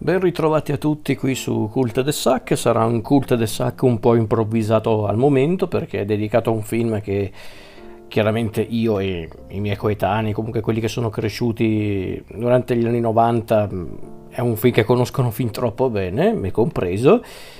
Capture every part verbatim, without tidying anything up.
Ben ritrovati a tutti qui su Cult de Sac. Sarà un Cult de Sac un po' improvvisato al momento perché è dedicato a un film che chiaramente io e i miei coetanei, comunque quelli che sono cresciuti durante gli anni novanta, è un film che conoscono fin troppo bene, me compreso.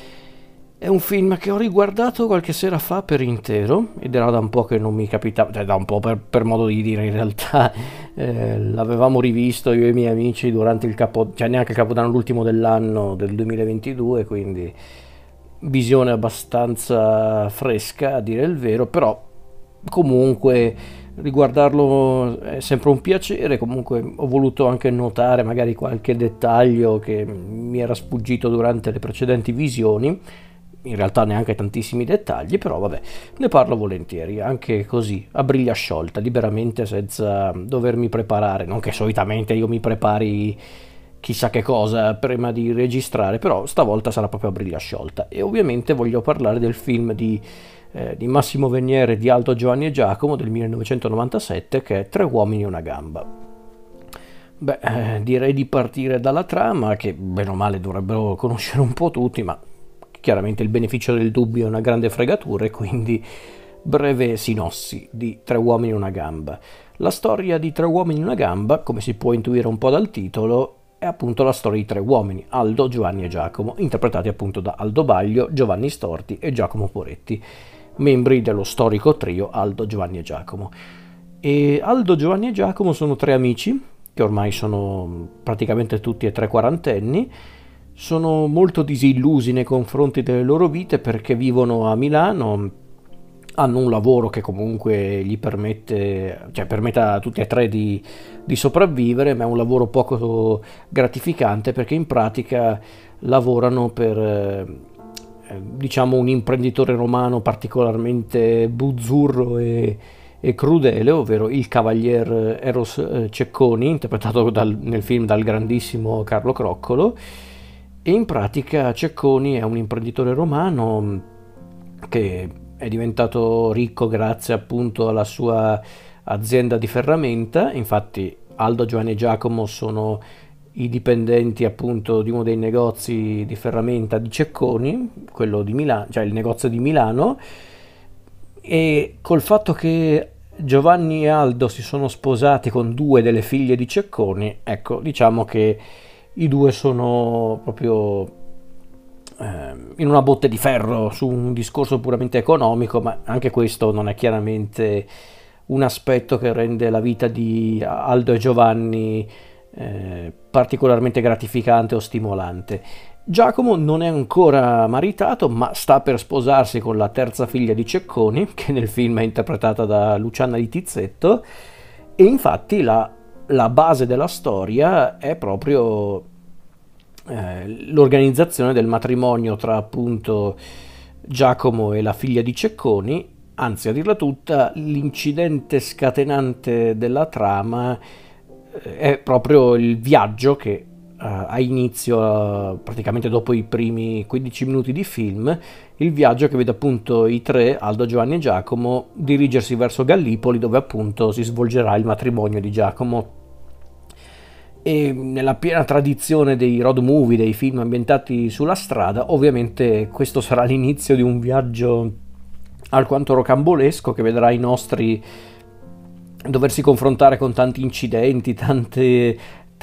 È un film che ho riguardato qualche sera fa per intero ed era da un po' che non mi capitava, cioè da un po' per, per modo di dire in realtà, eh, l'avevamo rivisto io e i miei amici durante il capo, cioè neanche il capodanno, l'ultimo dell'anno del duemilaventidue, quindi visione abbastanza fresca a dire il vero, però comunque riguardarlo è sempre un piacere. Comunque ho voluto anche notare magari qualche dettaglio che mi era sfuggito durante le precedenti visioni, in realtà neanche tantissimi dettagli, però vabbè, ne parlo volentieri, anche così, a briglia sciolta, liberamente, senza dovermi preparare, non che solitamente io mi prepari chissà che cosa prima di registrare, però stavolta sarà proprio a briglia sciolta. E ovviamente voglio parlare del film di, eh, di Massimo Veniere, di Aldo, Giovanni e Giacomo del millenovecentonovantasette, che è Tre uomini e una gamba. Beh, eh, direi di partire dalla trama, che bene o male dovrebbero conoscere un po' tutti, ma chiaramente il beneficio del dubbio è una grande fregatura, e quindi breve sinossi di Tre uomini e una gamba. La storia di Tre uomini e una gamba, come si può intuire un po' dal titolo, è appunto la storia di tre uomini, Aldo, Giovanni e Giacomo, interpretati appunto da Aldo Baglio, Giovanni Storti e Giacomo Poretti, membri dello storico trio Aldo, Giovanni e Giacomo. E Aldo, Giovanni e Giacomo sono tre amici, che ormai sono praticamente tutti e tre quarantenni. Sono molto disillusi nei confronti delle loro vite perché vivono a Milano, hanno un lavoro che comunque gli permette, cioè permette a tutti e tre di, di sopravvivere, ma è un lavoro poco gratificante perché in pratica lavorano per, eh, diciamo, un imprenditore romano particolarmente buzzurro e, e crudele, ovvero il cavalier Eros Cecconi, interpretato dal, nel film dal grandissimo Carlo Croccolo. E in pratica Cecconi è un imprenditore romano che è diventato ricco grazie appunto alla sua azienda di ferramenta. Infatti Aldo, Giovanni e Giacomo sono i dipendenti appunto di uno dei negozi di ferramenta di Cecconi, quello di Milano, cioè il negozio di Milano. E col fatto che Giovanni e Aldo si sono sposati con due delle figlie di Cecconi, ecco, diciamo che i due sono proprio eh, in una botte di ferro su un discorso puramente economico, ma anche questo non è chiaramente un aspetto che rende la vita di Aldo e Giovanni eh, particolarmente gratificante o stimolante. Giacomo non è ancora maritato, ma sta per sposarsi con la terza figlia di Cecconi, che nel film è interpretata da Luciana Di Tizzetto, e infatti la la base della storia è proprio eh, l'organizzazione del matrimonio tra appunto Giacomo e la figlia di Cecconi. Anzi, a dirla tutta, l'incidente scatenante della trama eh, è proprio il viaggio che eh, ha inizio eh, praticamente dopo i primi quindici minuti di film, il viaggio che vede appunto i tre, Aldo, Giovanni e Giacomo, dirigersi verso Gallipoli, dove appunto si svolgerà il matrimonio di Giacomo. E nella piena tradizione dei road movie, dei film ambientati sulla strada, ovviamente questo sarà l'inizio di un viaggio alquanto rocambolesco che vedrà i nostri doversi confrontare con tanti incidenti, tante,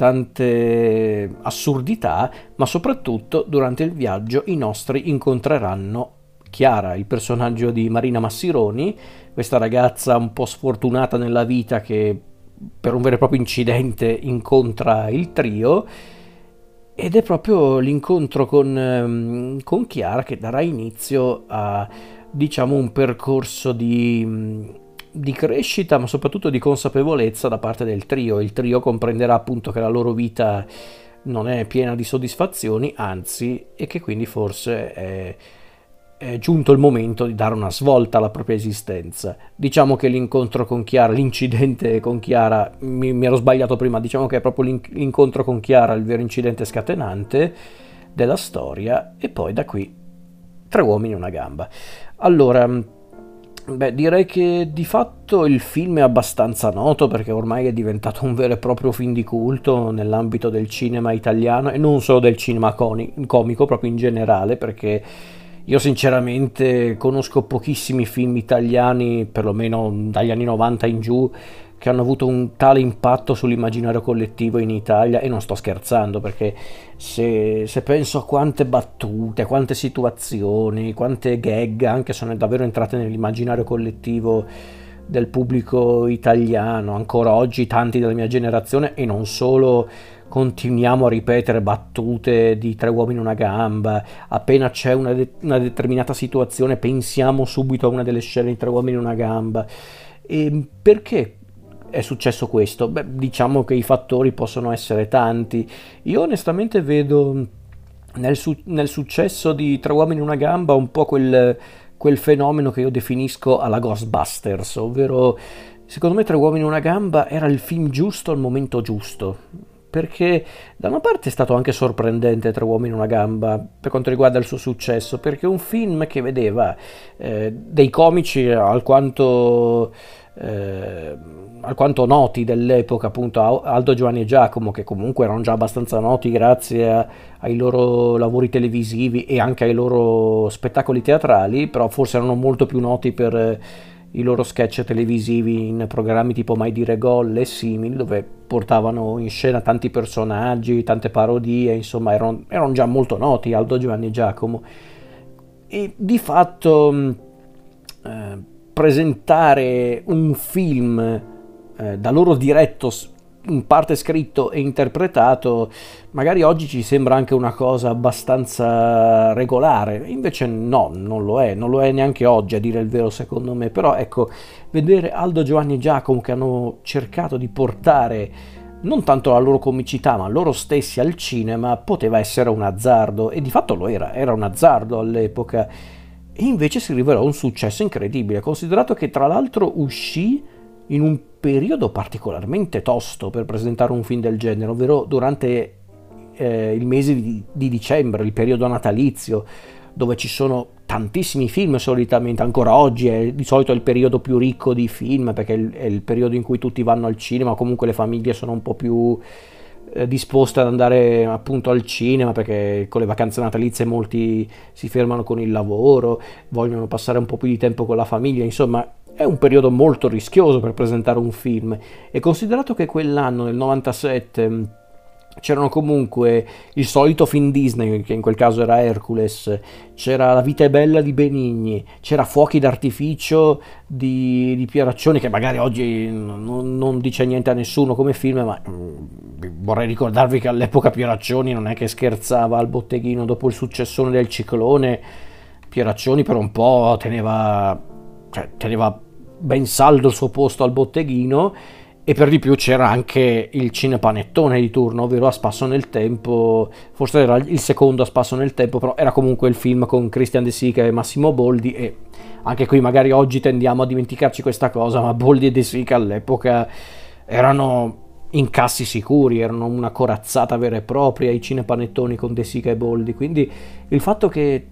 tante assurdità, ma soprattutto durante il viaggio i nostri incontreranno Chiara, il personaggio di Marina Massironi, questa ragazza un po' sfortunata nella vita che per un vero e proprio incidente incontra il trio, ed è proprio l'incontro con, con Chiara che darà inizio a, diciamo, un percorso di, di crescita, ma soprattutto di consapevolezza da parte del trio. Il trio comprenderà appunto che la loro vita non è piena di soddisfazioni, anzi, e che quindi forse è è giunto il momento di dare una svolta alla propria esistenza. Diciamo che l'incontro con Chiara, l'incidente con Chiara, mi, mi ero sbagliato prima, diciamo che è proprio l'in- l'incontro con Chiara il vero incidente scatenante della storia, e poi da qui tre uomini e una gamba. Allora, Beh, direi che di fatto il film è abbastanza noto perché ormai è diventato un vero e proprio film di culto nell'ambito del cinema italiano e non solo del cinema coni- comico, proprio in generale, perché io sinceramente conosco pochissimi film italiani, perlomeno dagli anni novanta in giù, che hanno avuto un tale impatto sull'immaginario collettivo in Italia, e non sto scherzando, perché se, se penso a quante battute, a quante situazioni, quante gag anche sono davvero entrate nell'immaginario collettivo del pubblico italiano, ancora oggi tanti della mia generazione e non solo, continuiamo a ripetere battute di Tre uomini e una gamba, appena c'è una, de- una determinata situazione pensiamo subito a una delle scene di Tre uomini e una gamba. E perché è successo questo? Beh, diciamo che i fattori possono essere tanti. Io onestamente vedo nel, su- nel successo di Tre uomini e una gamba un po' quel, quel fenomeno che io definisco alla Ghostbusters, ovvero secondo me Tre uomini e una gamba era il film giusto al momento giusto. Perché da una parte è stato anche sorprendente Tre uomini e una gamba per quanto riguarda il suo successo, perché è un film che vedeva eh, dei comici alquanto eh, alquanto noti dell'epoca, appunto Aldo, Giovanni e Giacomo, che comunque erano già abbastanza noti grazie a- ai loro lavori televisivi e anche ai loro spettacoli teatrali, però forse erano molto più noti per eh, i loro sketch televisivi in programmi tipo Mai dire gol e simili, dove portavano in scena tanti personaggi, tante parodie, insomma erano, erano già molto noti Aldo, Giovanni e Giacomo. E di fatto mh, eh, presentare un film eh, da loro diretto, s- in parte scritto e interpretato, magari oggi ci sembra anche una cosa abbastanza regolare, invece no, non lo è, non lo è neanche oggi a dire il vero secondo me, però ecco, vedere Aldo, Giovanni e Giacomo che hanno cercato di portare non tanto la loro comicità, ma loro stessi al cinema, poteva essere un azzardo, e di fatto lo era, era un azzardo all'epoca, e invece si rivelò un successo incredibile, considerato che tra l'altro uscì in un periodo particolarmente tosto per presentare un film del genere, ovvero durante eh, il mese di, di dicembre, il periodo natalizio, dove ci sono tantissimi film solitamente, ancora oggi è di solito il periodo più ricco di film, perché è il, è il periodo in cui tutti vanno al cinema, comunque le famiglie sono un po' più eh, disposte ad andare appunto al cinema, perché con le vacanze natalizie molti si fermano con il lavoro, vogliono passare un po' più di tempo con la famiglia, insomma è un periodo molto rischioso per presentare un film, e considerato che quell'anno, nel novantasette, c'erano comunque il solito film Disney, che in quel caso era Hercules, c'era La vita è bella di Benigni, c'era Fuochi d'artificio di, di Pieraccioni, che magari oggi non, non dice niente a nessuno come film, ma mm, vorrei ricordarvi che all'epoca Pieraccioni non è che scherzava al botteghino dopo il successone del Ciclone. Pieraccioni per un po' teneva, cioè, teneva ben saldo il suo posto al botteghino, e per di più c'era anche il cinepanettone di turno, ovvero A spasso nel tempo, forse era il secondo A spasso nel tempo, però era comunque il film con Christian De Sica e Massimo Boldi, e anche qui magari oggi tendiamo a dimenticarci questa cosa, ma Boldi e De Sica all'epoca erano incassi sicuri, erano una corazzata vera e propria i cinepanettoni con De Sica e Boldi, quindi il fatto che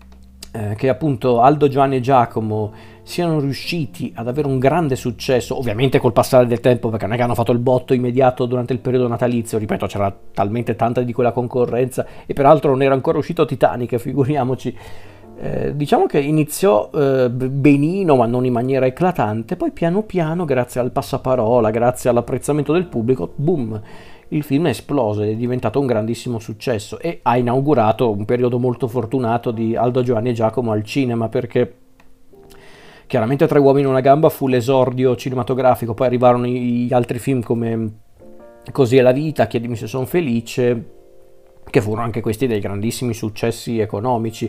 eh, che appunto Aldo, Giovanni e Giacomo siano riusciti ad avere un grande successo, ovviamente col passare del tempo, perché non è che hanno fatto il botto immediato durante il periodo natalizio, ripeto, c'era talmente tanta di quella concorrenza, e peraltro non era ancora uscito Titanic, figuriamoci. Eh, diciamo che iniziò eh, benino, ma non in maniera eclatante, poi piano piano, grazie al passaparola, grazie all'apprezzamento del pubblico, boom, il film è esploso ed è diventato un grandissimo successo, e ha inaugurato un periodo molto fortunato di Aldo, Giovanni e Giacomo al cinema, perché chiaramente Tre uomini e una gamba fu l'esordio cinematografico, poi arrivarono gli altri film come Così è la vita, Chiedimi se sono felice, che furono anche questi dei grandissimi successi economici.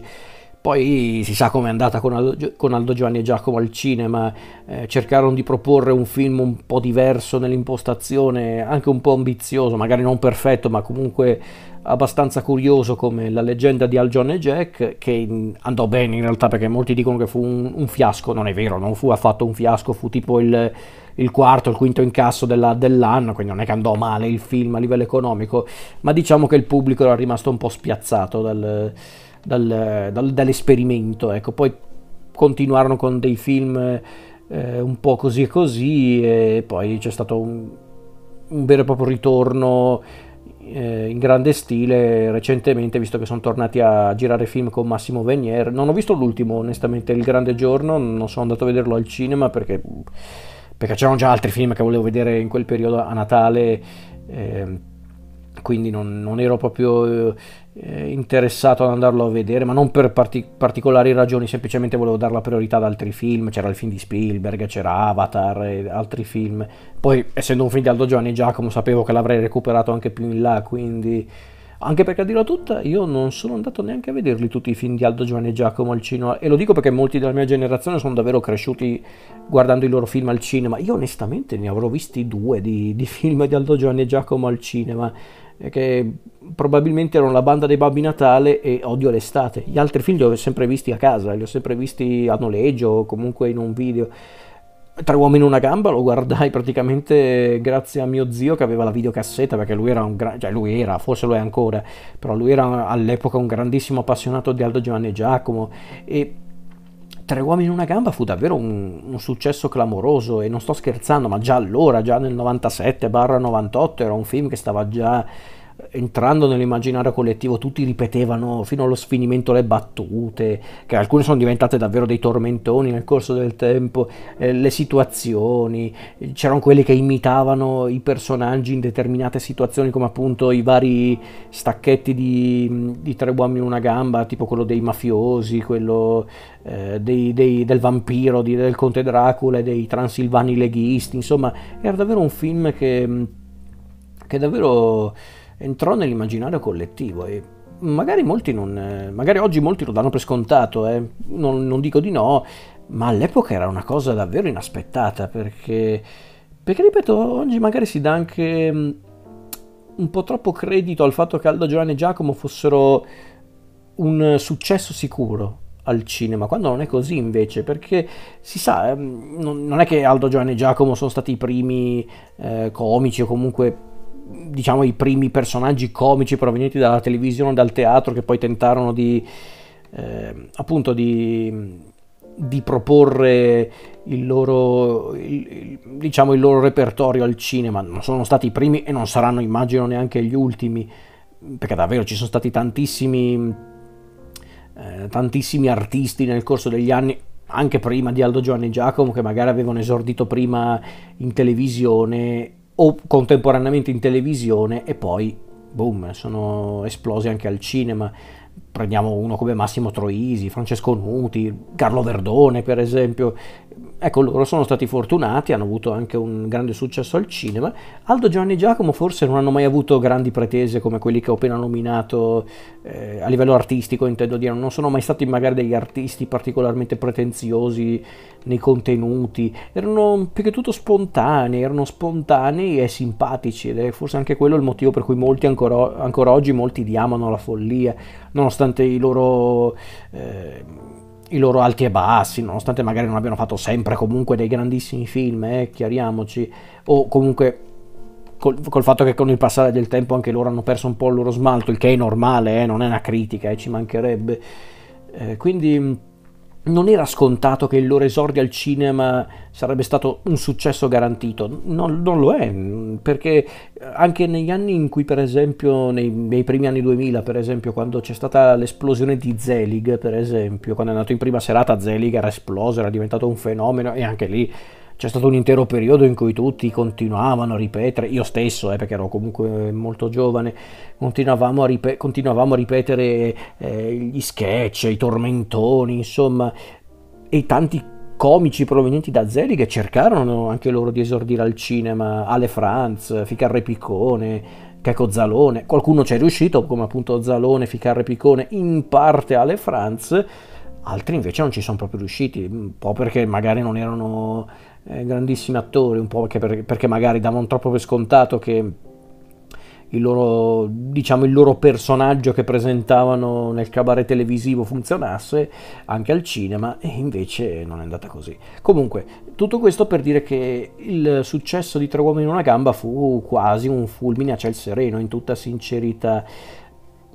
Poi si sa com'è andata con Aldo, con Aldo, Giovanni e Giacomo al cinema, eh, cercarono di proporre un film un po' diverso nell'impostazione, anche un po' ambizioso, magari non perfetto, ma comunque abbastanza curioso, come La leggenda di Al John e Jack, che andò bene in realtà, perché molti dicono che fu un, un fiasco, non è vero, non fu affatto un fiasco, fu tipo il, il quarto, il quinto incasso della- dell'anno, quindi non è che andò male il film a livello economico, ma diciamo che il pubblico era rimasto un po' spiazzato dal, dal- dal- dall'esperimento, ecco. Poi continuarono con dei film eh, un po' così e così, e poi c'è stato un, un vero e proprio ritorno eh, in grande stile recentemente, visto che sono tornati a girare film con Massimo Venier. Non ho visto l'ultimo, onestamente, Il Grande Giorno, non sono andato a vederlo al cinema perché, perché c'erano già altri film che volevo vedere in quel periodo a Natale, eh, quindi non, non ero proprio eh, interessato ad andarlo a vedere, ma non per parti- particolari ragioni, semplicemente volevo dare la priorità ad altri film. C'era il film di Spielberg, c'era Avatar e altri film. Poi, essendo un film di Aldo Giovanni Giacomo, sapevo che l'avrei recuperato anche più in là, quindi... Anche perché, a dirla tutta, io non sono andato neanche a vederli tutti i film di Aldo Giovanni Giacomo al cinema, e lo dico perché molti della mia generazione sono davvero cresciuti guardando i loro film al cinema. Io onestamente ne avrò visti due di, di film di Aldo Giovanni Giacomo al cinema, eh, che probabilmente erano La Banda dei Babbi Natale e Odio l'estate. Gli altri film li ho sempre visti a casa, li ho sempre visti a noleggio o comunque in un video. Tre uomini in una gamba lo guardai praticamente grazie a mio zio che aveva la videocassetta, perché lui era un gran... cioè lui era, forse lo è ancora, però lui era all'epoca un grandissimo appassionato di Aldo Giovanni Giacomo, e Tre uomini in una gamba fu davvero un, un successo clamoroso, e non sto scherzando, ma già allora, già nel novantasette novantotto, era un film che stava già entrando nell'immaginario collettivo. Tutti ripetevano fino allo sfinimento le battute, che alcune sono diventate davvero dei tormentoni nel corso del tempo, eh, le situazioni. C'erano quelli che imitavano i personaggi in determinate situazioni, come appunto i vari stacchetti di, di Tre uomini in una gamba, tipo quello dei mafiosi, quello eh, dei, dei, del vampiro, di, del conte Dracula e dei transilvani leghisti. Insomma, era davvero un film che, che davvero entrò nell'immaginario collettivo, e magari molti non, magari oggi molti lo danno per scontato, eh. non, non dico di no, ma all'epoca era una cosa davvero inaspettata, perché, perché ripeto, oggi magari si dà anche mm, un po' troppo credito al fatto che Aldo Giovanni e Giacomo fossero un successo sicuro al cinema, quando non è così invece, perché si sa, ehm, non, non è che Aldo Giovanni e Giacomo sono stati i primi eh, comici, o comunque diciamo i primi personaggi comici provenienti dalla televisione o dal teatro, che poi tentarono di eh, appunto di, di proporre il loro il, il, diciamo il loro repertorio al cinema. Non sono stati i primi e non saranno, immagino, neanche gli ultimi, perché davvero ci sono stati tantissimi eh, tantissimi artisti nel corso degli anni, anche prima di Aldo Giovanni Giacomo, che magari avevano esordito prima in televisione o contemporaneamente in televisione, e poi boom, sono esplosi anche al cinema. Prendiamo uno come Massimo Troisi, Francesco Nuti, Carlo Verdone per esempio. Ecco, loro sono stati fortunati, hanno avuto anche un grande successo al cinema. Aldo Giovanni e Giacomo forse non hanno mai avuto grandi pretese come quelli che ho appena nominato, eh, a livello artistico intendo dire. Non sono mai stati magari degli artisti particolarmente pretenziosi nei contenuti, erano più che tutto spontanei, erano spontanei e simpatici, ed è forse anche quello il motivo per cui molti ancora, ancora oggi molti li amano alla follia, nonostante i loro... Eh, i loro alti e bassi, nonostante magari non abbiano fatto sempre comunque dei grandissimi film, eh, chiariamoci, o comunque col, col fatto che con il passare del tempo anche loro hanno perso un po' il loro smalto, il che è normale, eh, non è una critica, eh, ci mancherebbe. Eh, quindi non era scontato che il loro esordio al cinema sarebbe stato un successo garantito, non, non lo è, perché anche negli anni in cui, per esempio, nei, nei primi anni duemila, per esempio, quando c'è stata l'esplosione di Zelig, per esempio, quando è andato in prima serata, Zelig era esploso, era diventato un fenomeno, e anche lì c'è stato un intero periodo in cui tutti continuavano a ripetere, io stesso, eh, perché ero comunque molto giovane, continuavamo a, ripet- continuavamo a ripetere eh, gli sketch, i tormentoni, insomma, e tanti comici provenienti da Zelig che cercarono anche loro di esordire al cinema, Ale Franz, Ficarra Piccone, Checco Zalone. Qualcuno ci è riuscito, come appunto Zalone, Ficarra Piccone, in parte Ale Franz, altri invece non ci sono proprio riusciti, un po' perché magari non erano eh, grandissimi attori, un po' perché, perché magari davano troppo per scontato che il loro, diciamo, il loro personaggio che presentavano nel cabaret televisivo funzionasse anche al cinema, e invece non è andata così. Comunque, tutto questo per dire che il successo di Tre uomini in una gamba fu quasi un fulmine a ciel sereno, in tutta sincerità.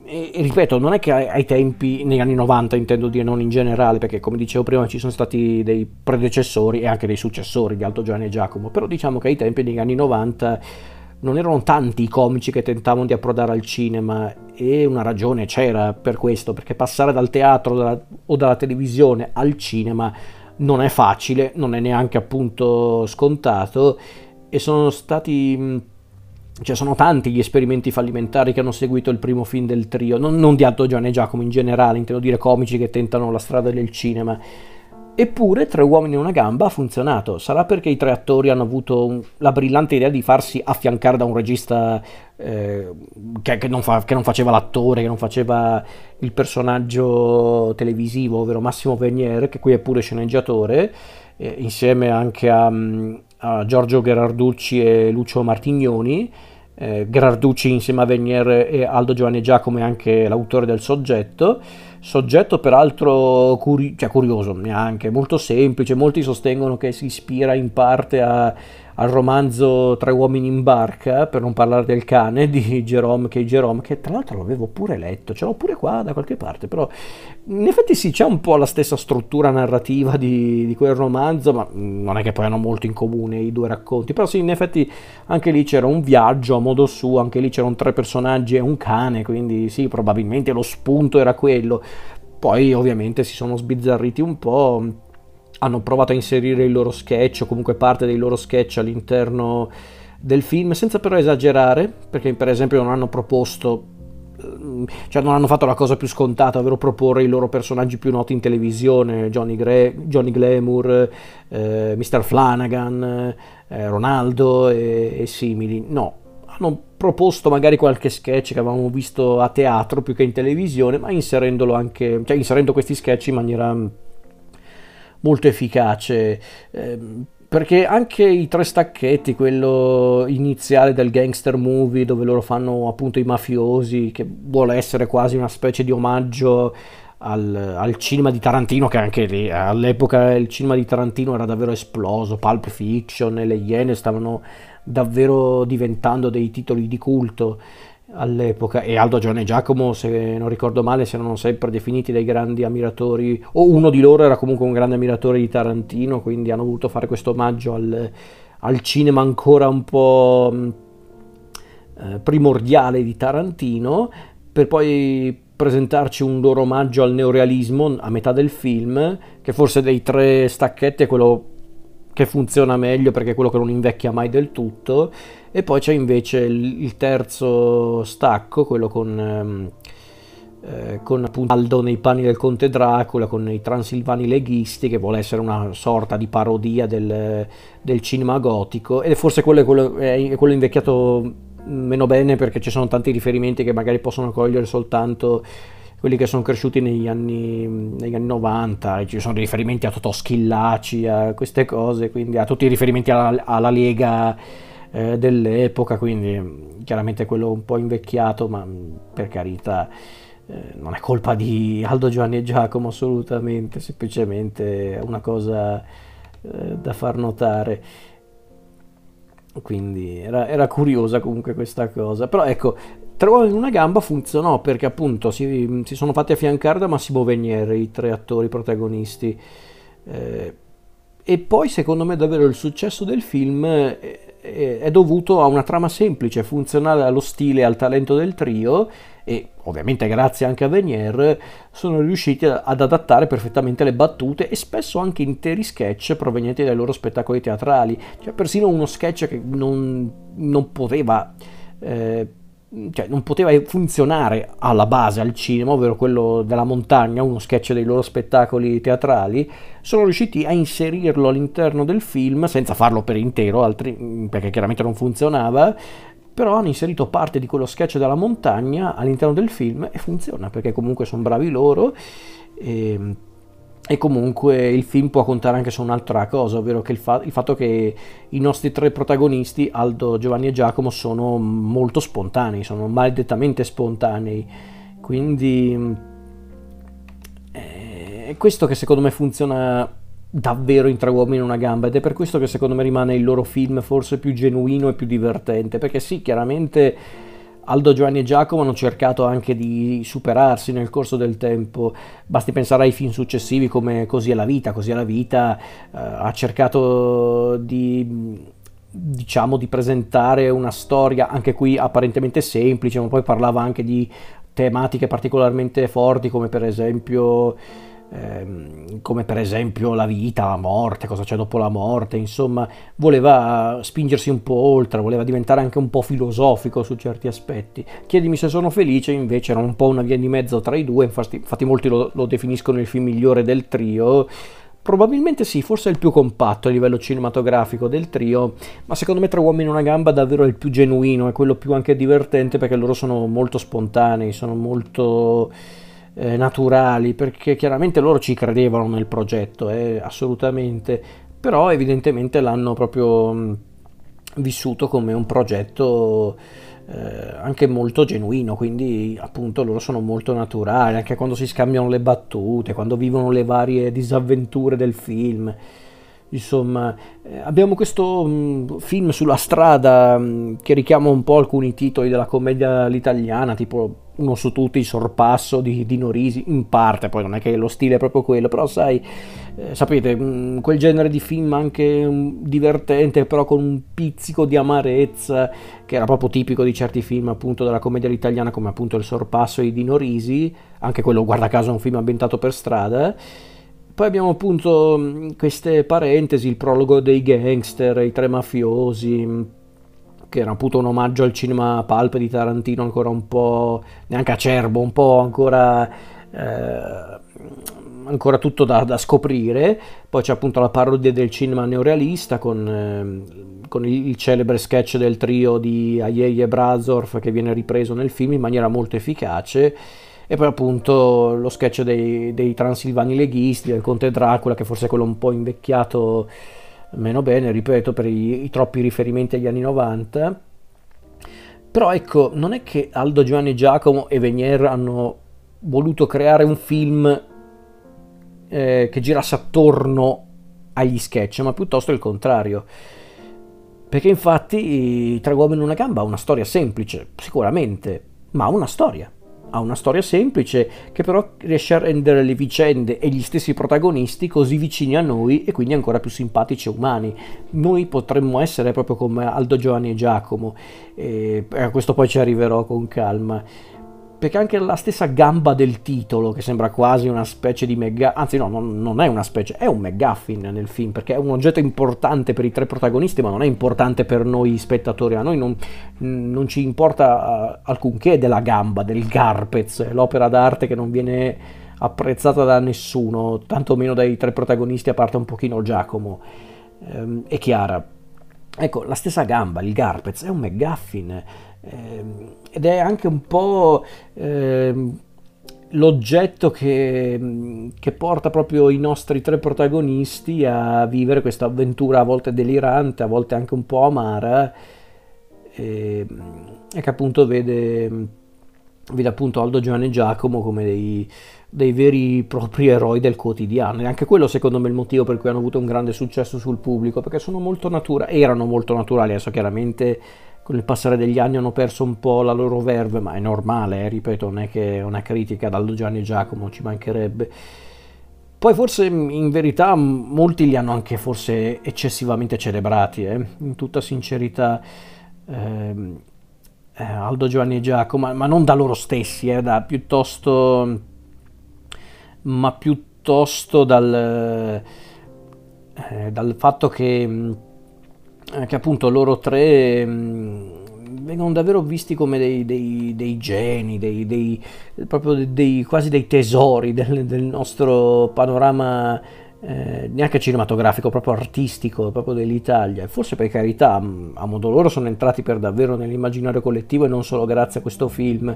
e, e ripeto, non è che ai, ai tempi, negli anni novanta intendo dire, non in generale, perché come dicevo prima ci sono stati dei predecessori e anche dei successori di Aldo, Giovanni e Giacomo, però diciamo che ai tempi, negli anni novanta, non erano tanti i comici che tentavano di approdare al cinema, e una ragione c'era per questo, perché passare dal teatro dalla- o dalla televisione al cinema non è facile, non è neanche appunto scontato, e sono stati, mh, cioè sono tanti gli esperimenti fallimentari che hanno seguito il primo film del trio, non, non di Aldo, Giovanni e Giacomo in generale, intendo dire comici che tentano la strada del cinema. Eppure Tre uomini e una gamba ha funzionato. Sarà perché i tre attori hanno avuto un- la brillante idea di farsi affiancare da un regista eh, che, che non fa- che non faceva l'attore, che non faceva il personaggio televisivo, ovvero Massimo Venier, che qui è pure sceneggiatore, eh, insieme anche a, mm, a Giorgio Gherarducci e Lucio Martignoni. Eh, Gherarducci insieme a Venier e Aldo, Giovanni e Giacomo è anche l'autore del soggetto. Soggetto peraltro curi- cioè curioso, neanche molto semplice. Molti sostengono che si ispira in parte a- al romanzo Tre uomini in barca, per non parlare del cane di Jerome K. Jerome, che tra l'altro l'avevo pure letto, ce l'ho pure qua da qualche parte, però in effetti sì, c'è un po' la stessa struttura narrativa di, di quel romanzo, ma non è che poi hanno molto in comune i due racconti, però sì, in effetti anche lì c'era un viaggio a modo suo, anche lì c'erano tre personaggi e un cane, quindi sì, probabilmente lo spunto era quello. Poi ovviamente si sono sbizzarriti un po', hanno provato a inserire il loro sketch o comunque parte dei loro sketch all'interno del film, senza però esagerare, perché per esempio non hanno proposto, ehm, cioè non hanno fatto la cosa più scontata, ovvero proporre i loro personaggi più noti in televisione, Johnny, Gre- Johnny Glamour, eh, mister Flanagan, eh, Ronaldo e, e simili. No, hanno proposto magari qualche sketch che avevamo visto a teatro più che in televisione, ma inserendolo anche, cioè inserendo questi sketch in maniera molto efficace. ehm, Perché anche i tre stacchetti, quello iniziale del gangster movie dove loro fanno appunto i mafiosi, che vuole essere quasi una specie di omaggio al, al cinema di Tarantino, che anche lì all'epoca il cinema di Tarantino era davvero esploso, Pulp Fiction e Le Iene stavano davvero diventando dei titoli di culto all'epoca, e Aldo, Giovanni e Giacomo, se non ricordo male, si erano sempre definiti dei grandi ammiratori, o uno di loro era comunque un grande ammiratore di Tarantino, quindi hanno voluto fare questo omaggio al, al cinema ancora un po' mh, eh, primordiale di Tarantino, per poi presentarci un loro omaggio al neorealismo a metà del film, che forse dei tre stacchetti è quello che funziona meglio perché è quello che non invecchia mai del tutto. E poi c'è invece il, il terzo stacco, quello con, ehm, eh, con appunto Aldo nei panni del conte Dracula, con i transilvani leghisti, che vuole essere una sorta di parodia del, del cinema gotico, ed è forse quello, quello, è quello invecchiato meno bene, perché ci sono tanti riferimenti che magari possono cogliere soltanto quelli che sono cresciuti negli anni, negli anni novanta, e ci sono riferimenti a Totò Schillaci, a queste cose, quindi a tutti i riferimenti alla, alla Lega eh, dell'epoca, quindi chiaramente quello un po' invecchiato, ma per carità eh, non è colpa di Aldo, Giovanni e Giacomo assolutamente, semplicemente è una cosa eh, da far notare. Quindi era, era curiosa comunque questa cosa, però ecco, Tre uomini in una gamba funzionò perché appunto si, si sono fatti affiancare da Massimo Venier i tre attori protagonisti. Eh, e poi secondo me davvero il successo del film è, è- è dovuto a una trama semplice, funzionale allo stile e al talento del trio, e ovviamente grazie anche a Venier sono riusciti a- ad adattare perfettamente le battute e spesso anche interi sketch provenienti dai loro spettacoli teatrali. C'è persino uno sketch che non, non poteva eh, cioè non poteva funzionare alla base al cinema, ovvero quello della montagna, uno sketch dei loro spettacoli teatrali. Sono riusciti a inserirlo all'interno del film senza farlo per intero, altri, perché chiaramente non funzionava, però hanno inserito parte di quello sketch della montagna all'interno del film e funziona, perché comunque sono bravi loro. E, e comunque il film può contare anche su un'altra cosa, ovvero che il, fa- il fatto che i nostri tre protagonisti, Aldo, Giovanni e Giacomo, sono molto spontanei, sono maledettamente spontanei. Quindi eh, è questo che secondo me funziona davvero in Tre uomini e una gamba, ed è per questo che secondo me rimane il loro film forse più genuino e più divertente, perché sì, chiaramente Aldo, Giovanni e Giacomo hanno cercato anche di superarsi nel corso del tempo, basti pensare ai film successivi come Così è la vita, Così è la vita eh, ha cercato di, diciamo, di presentare una storia anche qui apparentemente semplice, ma poi parlava anche di tematiche particolarmente forti come per esempio ehm, come per esempio la vita, la morte, cosa c'è dopo la morte, insomma, voleva spingersi un po' oltre, voleva diventare anche un po' filosofico su certi aspetti. Chiedimi se sono felice, invece era un po' una via di mezzo tra i due, infatti, infatti molti lo, lo definiscono il film migliore del trio. Probabilmente sì, forse è il più compatto a livello cinematografico del trio, ma secondo me Tre uomini e una gamba davvero è il più genuino, è quello più anche divertente perché loro sono molto spontanei, sono molto eh, naturali, perché chiaramente loro ci credevano nel progetto, eh, assolutamente, però evidentemente l'hanno proprio mh, vissuto come un progetto eh, anche molto genuino, quindi appunto loro sono molto naturali, anche quando si scambiano le battute, quando vivono le varie disavventure del film. Insomma, eh, abbiamo questo mh, film sulla strada mh, che richiama un po' alcuni titoli della commedia all'italiana, tipo Uno su tutti, Il sorpasso di Dino Risi, in parte, poi non è che lo stile è proprio quello, però sai, eh, sapete, mh, quel genere di film anche mh, divertente, però con un pizzico di amarezza, che era proprio tipico di certi film appunto della commedia all'italiana, come appunto Il sorpasso di Dino Risi, anche quello guarda caso è un film ambientato per strada. Poi abbiamo appunto mh, queste parentesi, il prologo dei gangster, i tre mafiosi, mh, che era appunto un omaggio al cinema pulp di Tarantino ancora un po', neanche acerbo, un po' ancora, eh, ancora tutto da, da scoprire. Poi c'è appunto la parodia del cinema neorealista con, eh, con il, il celebre sketch del trio di Ayer e Brazoff che viene ripreso nel film in maniera molto efficace. E poi appunto lo sketch dei, dei transilvani leghisti, del conte Dracula, che forse è quello un po' invecchiato meno bene, ripeto, per i, i troppi riferimenti agli anni novanta. Però ecco, non è che Aldo, Giovanni, Giacomo e Venier hanno voluto creare un film eh, che girasse attorno agli sketch, ma piuttosto il contrario. Perché infatti Tre uomini e una gamba ha una storia semplice, sicuramente, ma ha una storia. Ha una storia semplice che però riesce a rendere le vicende e gli stessi protagonisti così vicini a noi e quindi ancora più simpatici e umani. Noi potremmo essere proprio come Aldo, Giovanni e Giacomo, e a questo poi ci arriverò con calma. Perché anche la stessa gamba del titolo, che sembra quasi una specie di mega... anzi no, non, non è una specie, è un McGuffin nel film, perché è un oggetto importante per i tre protagonisti, ma non è importante per noi spettatori. A noi non, non ci importa uh, alcunché della gamba, del Garpez, l'opera d'arte che non viene apprezzata da nessuno, tantomeno dai tre protagonisti, a parte un pochino Giacomo ehm, e Chiara. Ecco, la stessa gamba, il Garpez, è un McGuffin. Ehm, ed è anche un po' ehm, l'oggetto che, che porta proprio i nostri tre protagonisti a vivere questa avventura a volte delirante, a volte anche un po' amara, e, e che appunto vede, vede appunto Aldo, Giovanni e Giacomo come dei, dei veri e propri eroi del quotidiano. E anche quello secondo me è il motivo per cui hanno avuto un grande successo sul pubblico, perché sono molto naturali, erano molto naturali. Adesso chiaramente con il passare degli anni hanno perso un po' la loro verve, ma è normale, eh, ripeto, non è che è una critica ad Aldo, Giovanni e Giacomo, ci mancherebbe. Poi forse in verità molti li hanno anche forse eccessivamente celebrati, eh, in tutta sincerità. Ehm, eh, Aldo, Giovanni e Giacomo, ma non da loro stessi, eh, da piuttosto, ma piuttosto dal, eh, dal fatto che eh, che appunto loro tre mh, vengono davvero visti come dei, dei, dei geni, dei, dei, proprio dei, quasi dei tesori del, del nostro panorama, eh, neanche cinematografico, proprio artistico, proprio dell'Italia. E forse per carità, a modo loro sono entrati per davvero nell'immaginario collettivo e non solo grazie a questo film.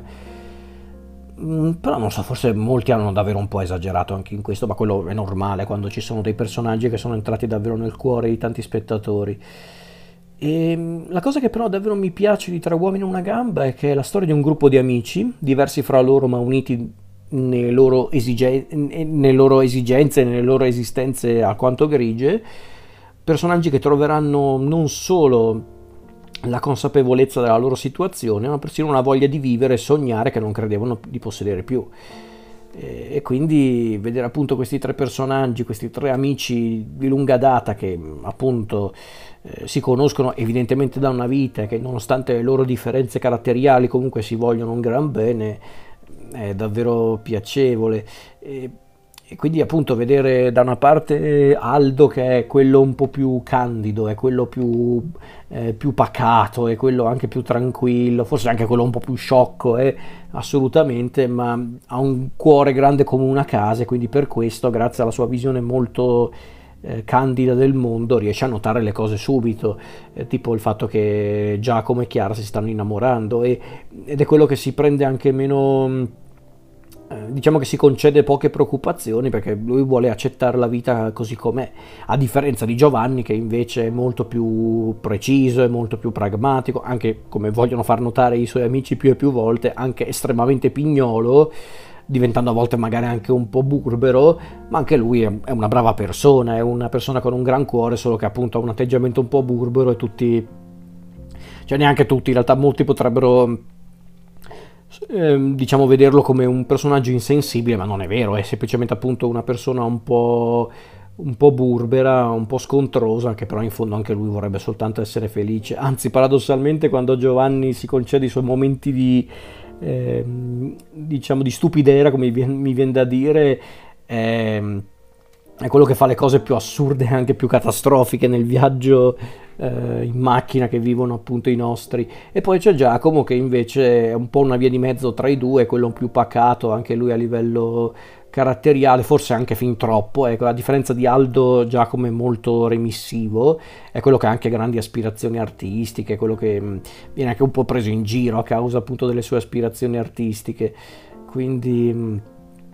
Mm, Però non so, forse molti hanno davvero un po' esagerato anche in questo, ma quello è normale quando ci sono dei personaggi che sono entrati davvero nel cuore di tanti spettatori. E la cosa che però davvero mi piace di Tre uomini e una gamba è che è la storia di un gruppo di amici, diversi fra loro ma uniti nelle loro, esige- nelle loro esigenze e nelle loro esistenze alquanto grigie, personaggi che troveranno non solo la consapevolezza della loro situazione, ma persino una voglia di vivere e sognare che non credevano di possedere più. E quindi vedere appunto questi tre personaggi, questi tre amici di lunga data che appunto eh, si conoscono evidentemente da una vita e che nonostante le loro differenze caratteriali comunque si vogliono un gran bene, è davvero piacevole. E, e quindi appunto vedere da una parte Aldo che è quello un po' più candido, è quello più, eh, più pacato, è quello anche più tranquillo, forse anche quello un po' più sciocco, eh, assolutamente, ma ha un cuore grande come una casa e quindi per questo, grazie alla sua visione molto eh, candida del mondo, riesce a notare le cose subito, eh, tipo il fatto che Giacomo e Chiara si stanno innamorando e, ed è quello che si prende anche meno, diciamo che si concede poche preoccupazioni perché lui vuole accettare la vita così com'è, a differenza di Giovanni che invece è molto più preciso, è molto più pragmatico, anche come vogliono far notare i suoi amici più e più volte, anche estremamente pignolo, diventando a volte magari anche un po' burbero, ma anche lui è una brava persona, è una persona con un gran cuore, solo che appunto ha un atteggiamento un po' burbero e tutti, cioè neanche tutti, in realtà molti potrebbero ehm, diciamo vederlo come un personaggio insensibile, ma non è vero, è semplicemente appunto una persona un po', un po' burbera, un po' scontrosa, che però in fondo anche lui vorrebbe soltanto essere felice. Anzi, paradossalmente, quando Giovanni si concede i suoi momenti di, ehm, diciamo, di stupidera, come mi vien- mi viene da dire, ehm, è quello che fa le cose più assurde e anche più catastrofiche nel viaggio eh, in macchina che vivono appunto i nostri. E poi c'è Giacomo che invece è un po' una via di mezzo tra i due, quello più pacato, anche lui a livello caratteriale, forse anche fin troppo, ecco, a differenza di Aldo Giacomo è molto remissivo, è quello che ha anche grandi aspirazioni artistiche, è quello che mh, viene anche un po' preso in giro a causa appunto delle sue aspirazioni artistiche, quindi mh,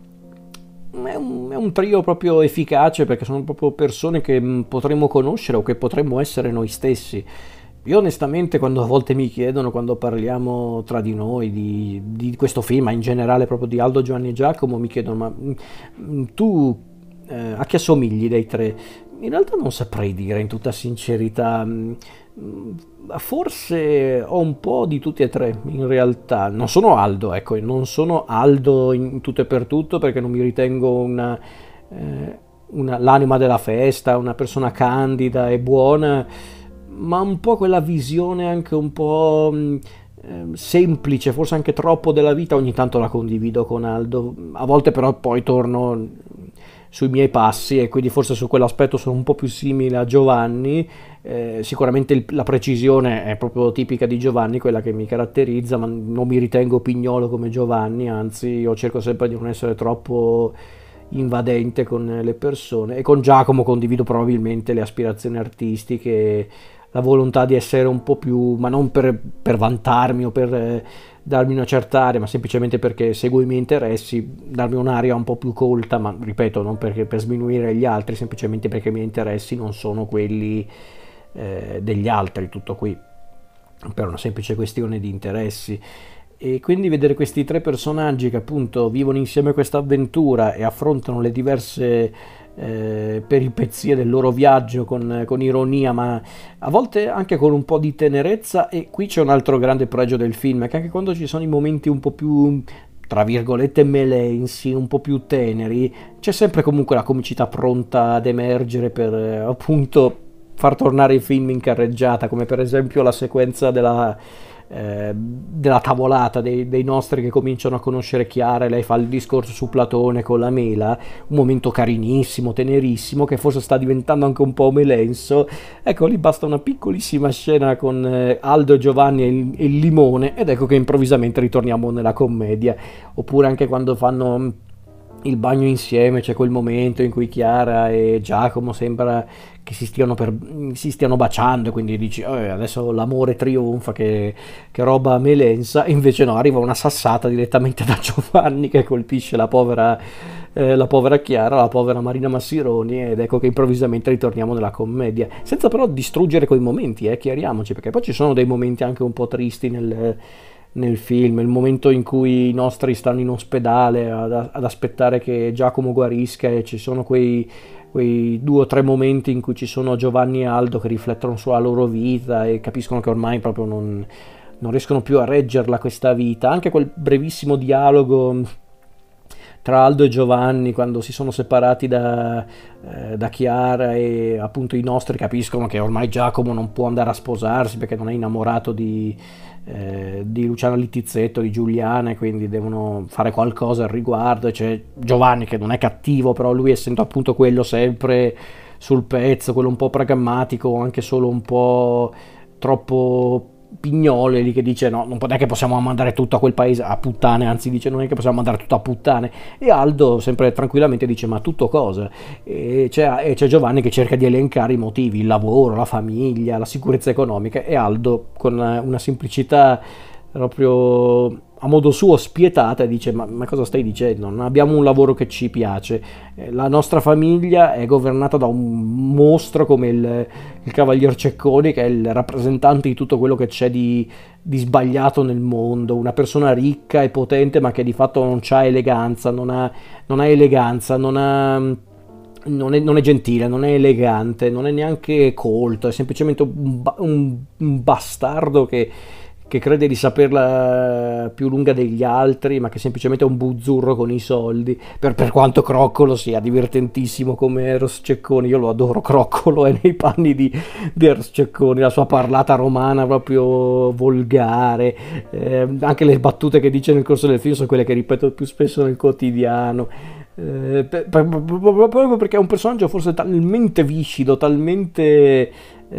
è un, è un trio proprio efficace perché sono proprio persone che mh, potremmo conoscere o che potremmo essere noi stessi. Io onestamente quando a volte mi chiedono, quando parliamo tra di noi di, di questo film, ma in generale proprio di Aldo, Giovanni e Giacomo, mi chiedono ma mm, tu eh, a chi assomigli dei tre? In realtà non saprei dire in tutta sincerità. Mm, mm, Forse ho un po' di tutti e tre, in realtà. Non sono Aldo, ecco, non sono Aldo in tutto e per tutto perché non mi ritengo una, eh, una- l'anima della festa, una persona candida e buona, ma un po' quella visione anche un po' mh, ehm, semplice, forse anche troppo della vita, ogni tanto la condivido con Aldo, a volte però poi torno sui miei passi e quindi forse su quell'aspetto sono un po' più simile a Giovanni. Eh, sicuramente il- la precisione è proprio tipica di Giovanni, quella che mi caratterizza, ma non mi ritengo pignolo come Giovanni, anzi io cerco sempre di non essere troppo invadente con le persone e con Giacomo condivido probabilmente le aspirazioni artistiche, la volontà di essere un po' più, ma non per, per vantarmi o per eh, darmi una certa area, ma semplicemente perché seguo i miei interessi, darmi un'area un po' più colta, ma ripeto, non perché per sminuire gli altri, semplicemente perché i miei interessi non sono quelli eh, degli altri, tutto qui, per una semplice questione di interessi. E quindi vedere questi tre personaggi che appunto vivono insieme questa avventura e affrontano le diverse eh, peripezie del loro viaggio con, con ironia, ma a volte anche con un po' di tenerezza. E qui c'è un altro grande pregio del film, che anche quando ci sono i momenti un po' più, tra virgolette, melensi, un po' più teneri, c'è sempre comunque la comicità pronta ad emergere per eh, appunto far tornare il film in carreggiata, come per esempio la sequenza della eh, della tavolata dei, dei nostri che cominciano a conoscere Chiara e lei fa il discorso su Platone con la mela, un momento carinissimo, tenerissimo, che forse sta diventando anche un po' melenso. Ecco, lì basta una piccolissima scena con eh, Aldo e Giovanni e il, e il limone ed ecco che improvvisamente ritorniamo nella commedia. Oppure anche quando fanno il bagno insieme, c'è quel momento in cui Chiara e Giacomo sembra che si stiano, per, si stiano baciando, e quindi dici "Eh, adesso l'amore trionfa, che, che roba melensa", e invece no, arriva una sassata direttamente da Giovanni che colpisce la povera, eh, la povera Chiara, la povera Marina Massironi, ed ecco che improvvisamente ritorniamo nella commedia, senza però distruggere quei momenti, eh, chiariamoci, perché poi ci sono dei momenti anche un po' tristi nel nel film, il momento in cui i nostri stanno in ospedale ad, ad aspettare che Giacomo guarisca e ci sono quei, quei due o tre momenti in cui ci sono Giovanni e Aldo che riflettono sulla loro vita e capiscono che ormai proprio non, non riescono più a reggerla questa vita. Anche quel brevissimo dialogo tra Aldo e Giovanni quando si sono separati da, eh, da Chiara, e appunto i nostri capiscono che ormai Giacomo non può andare a sposarsi perché non è innamorato di, eh, di Luciana Littizzetto, di Giuliana, e quindi devono fare qualcosa al riguardo. E c'è Giovanni che non è cattivo, però lui, essendo appunto quello sempre sul pezzo, quello un po' pragmatico, anche solo un po' troppo pignole lì, che dice no, non è che possiamo mandare tutto a quel paese a puttane, anzi dice non è che possiamo mandare tutto a puttane. E Aldo sempre tranquillamente dice ma tutto cosa? E c'è, e c'è Giovanni che cerca di elencare i motivi: il lavoro, la famiglia, la sicurezza economica, e Aldo con una semplicità proprio a modo suo spietata dice ma, ma cosa stai dicendo? Non abbiamo un lavoro che ci piace, la nostra famiglia è governata da un mostro come il, il Cavalier Cecconi, che è il rappresentante di tutto quello che c'è di, di sbagliato nel mondo, una persona ricca e potente ma che di fatto non ha eleganza, non ha, non ha eleganza, non ha... Non è, non è gentile, non è elegante, non è neanche colto, è semplicemente un, un, un bastardo che, che crede di saperla più lunga degli altri, ma che semplicemente è un buzzurro con i soldi. Per, per quanto Croccolo sia divertentissimo come Eros Cecconi, io lo adoro Croccolo, è nei panni di, di Eros Cecconi, la sua parlata romana proprio volgare, eh, anche le battute che dice nel corso del film sono quelle che ripeto più spesso nel quotidiano. Eh, per- per- proprio perché è un personaggio forse talmente viscido, talmente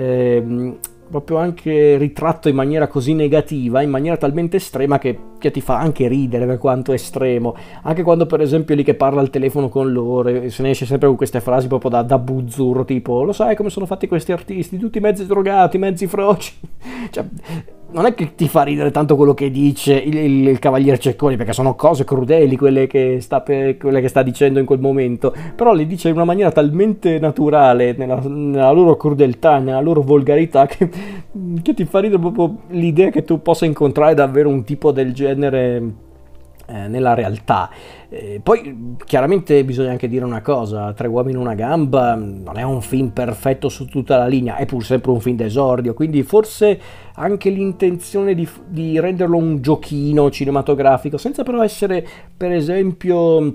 ehm, proprio anche ritratto in maniera così negativa, in maniera talmente estrema che, che ti fa anche ridere per quanto estremo. Anche quando per esempio è lì che parla al telefono con loro e se ne esce sempre con queste frasi proprio da, da buzzurro, tipo lo sai come sono fatti questi artisti, tutti mezzi drogati, mezzi froci. Cioè, non è che ti fa ridere tanto quello che dice il, il, il Cavalier Cecconi, perché sono cose crudeli quelle che, sta per, quelle che sta dicendo in quel momento, però le dice in una maniera talmente naturale nella, nella loro crudeltà, nella loro volgarità, che, che ti fa ridere proprio l'idea che tu possa incontrare davvero un tipo del genere eh, nella realtà. Eh, poi chiaramente bisogna anche dire una cosa: Tre uomini e una gamba non è un film perfetto su tutta la linea, è pur sempre un film d'esordio, quindi forse anche l'intenzione di, di renderlo un giochino cinematografico, senza però essere per esempio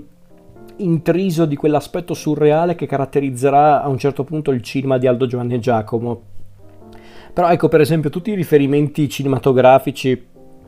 intriso di quell'aspetto surreale che caratterizzerà a un certo punto il cinema di Aldo, Giovanni e Giacomo. Però ecco, per esempio, tutti i riferimenti cinematografici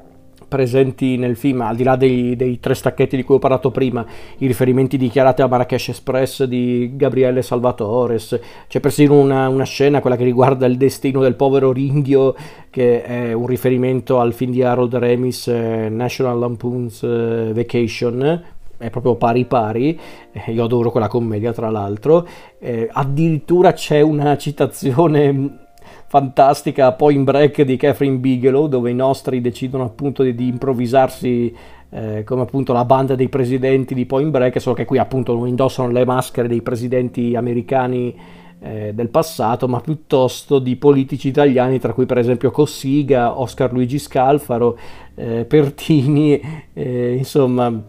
presenti nel film, al di là dei, dei tre stacchetti di cui ho parlato prima, i riferimenti dichiarati a Marrakesh Express di Gabriele Salvatores, c'è persino una, una scena, quella che riguarda il destino del povero Ringhio, che è un riferimento al film di Harold Ramis, eh, National Lampoon's eh, Vacation, è proprio pari pari, eh, io adoro quella commedia tra l'altro. Eh, addirittura c'è una citazione fantastica a Point Break di Catherine Bigelow, dove i nostri decidono appunto di, di improvvisarsi eh, come appunto la banda dei presidenti di Point Break, solo che qui appunto non indossano le maschere dei presidenti americani eh, del passato, ma piuttosto di politici italiani, tra cui per esempio Cossiga, Oscar Luigi Scalfaro, eh, Pertini, eh, insomma...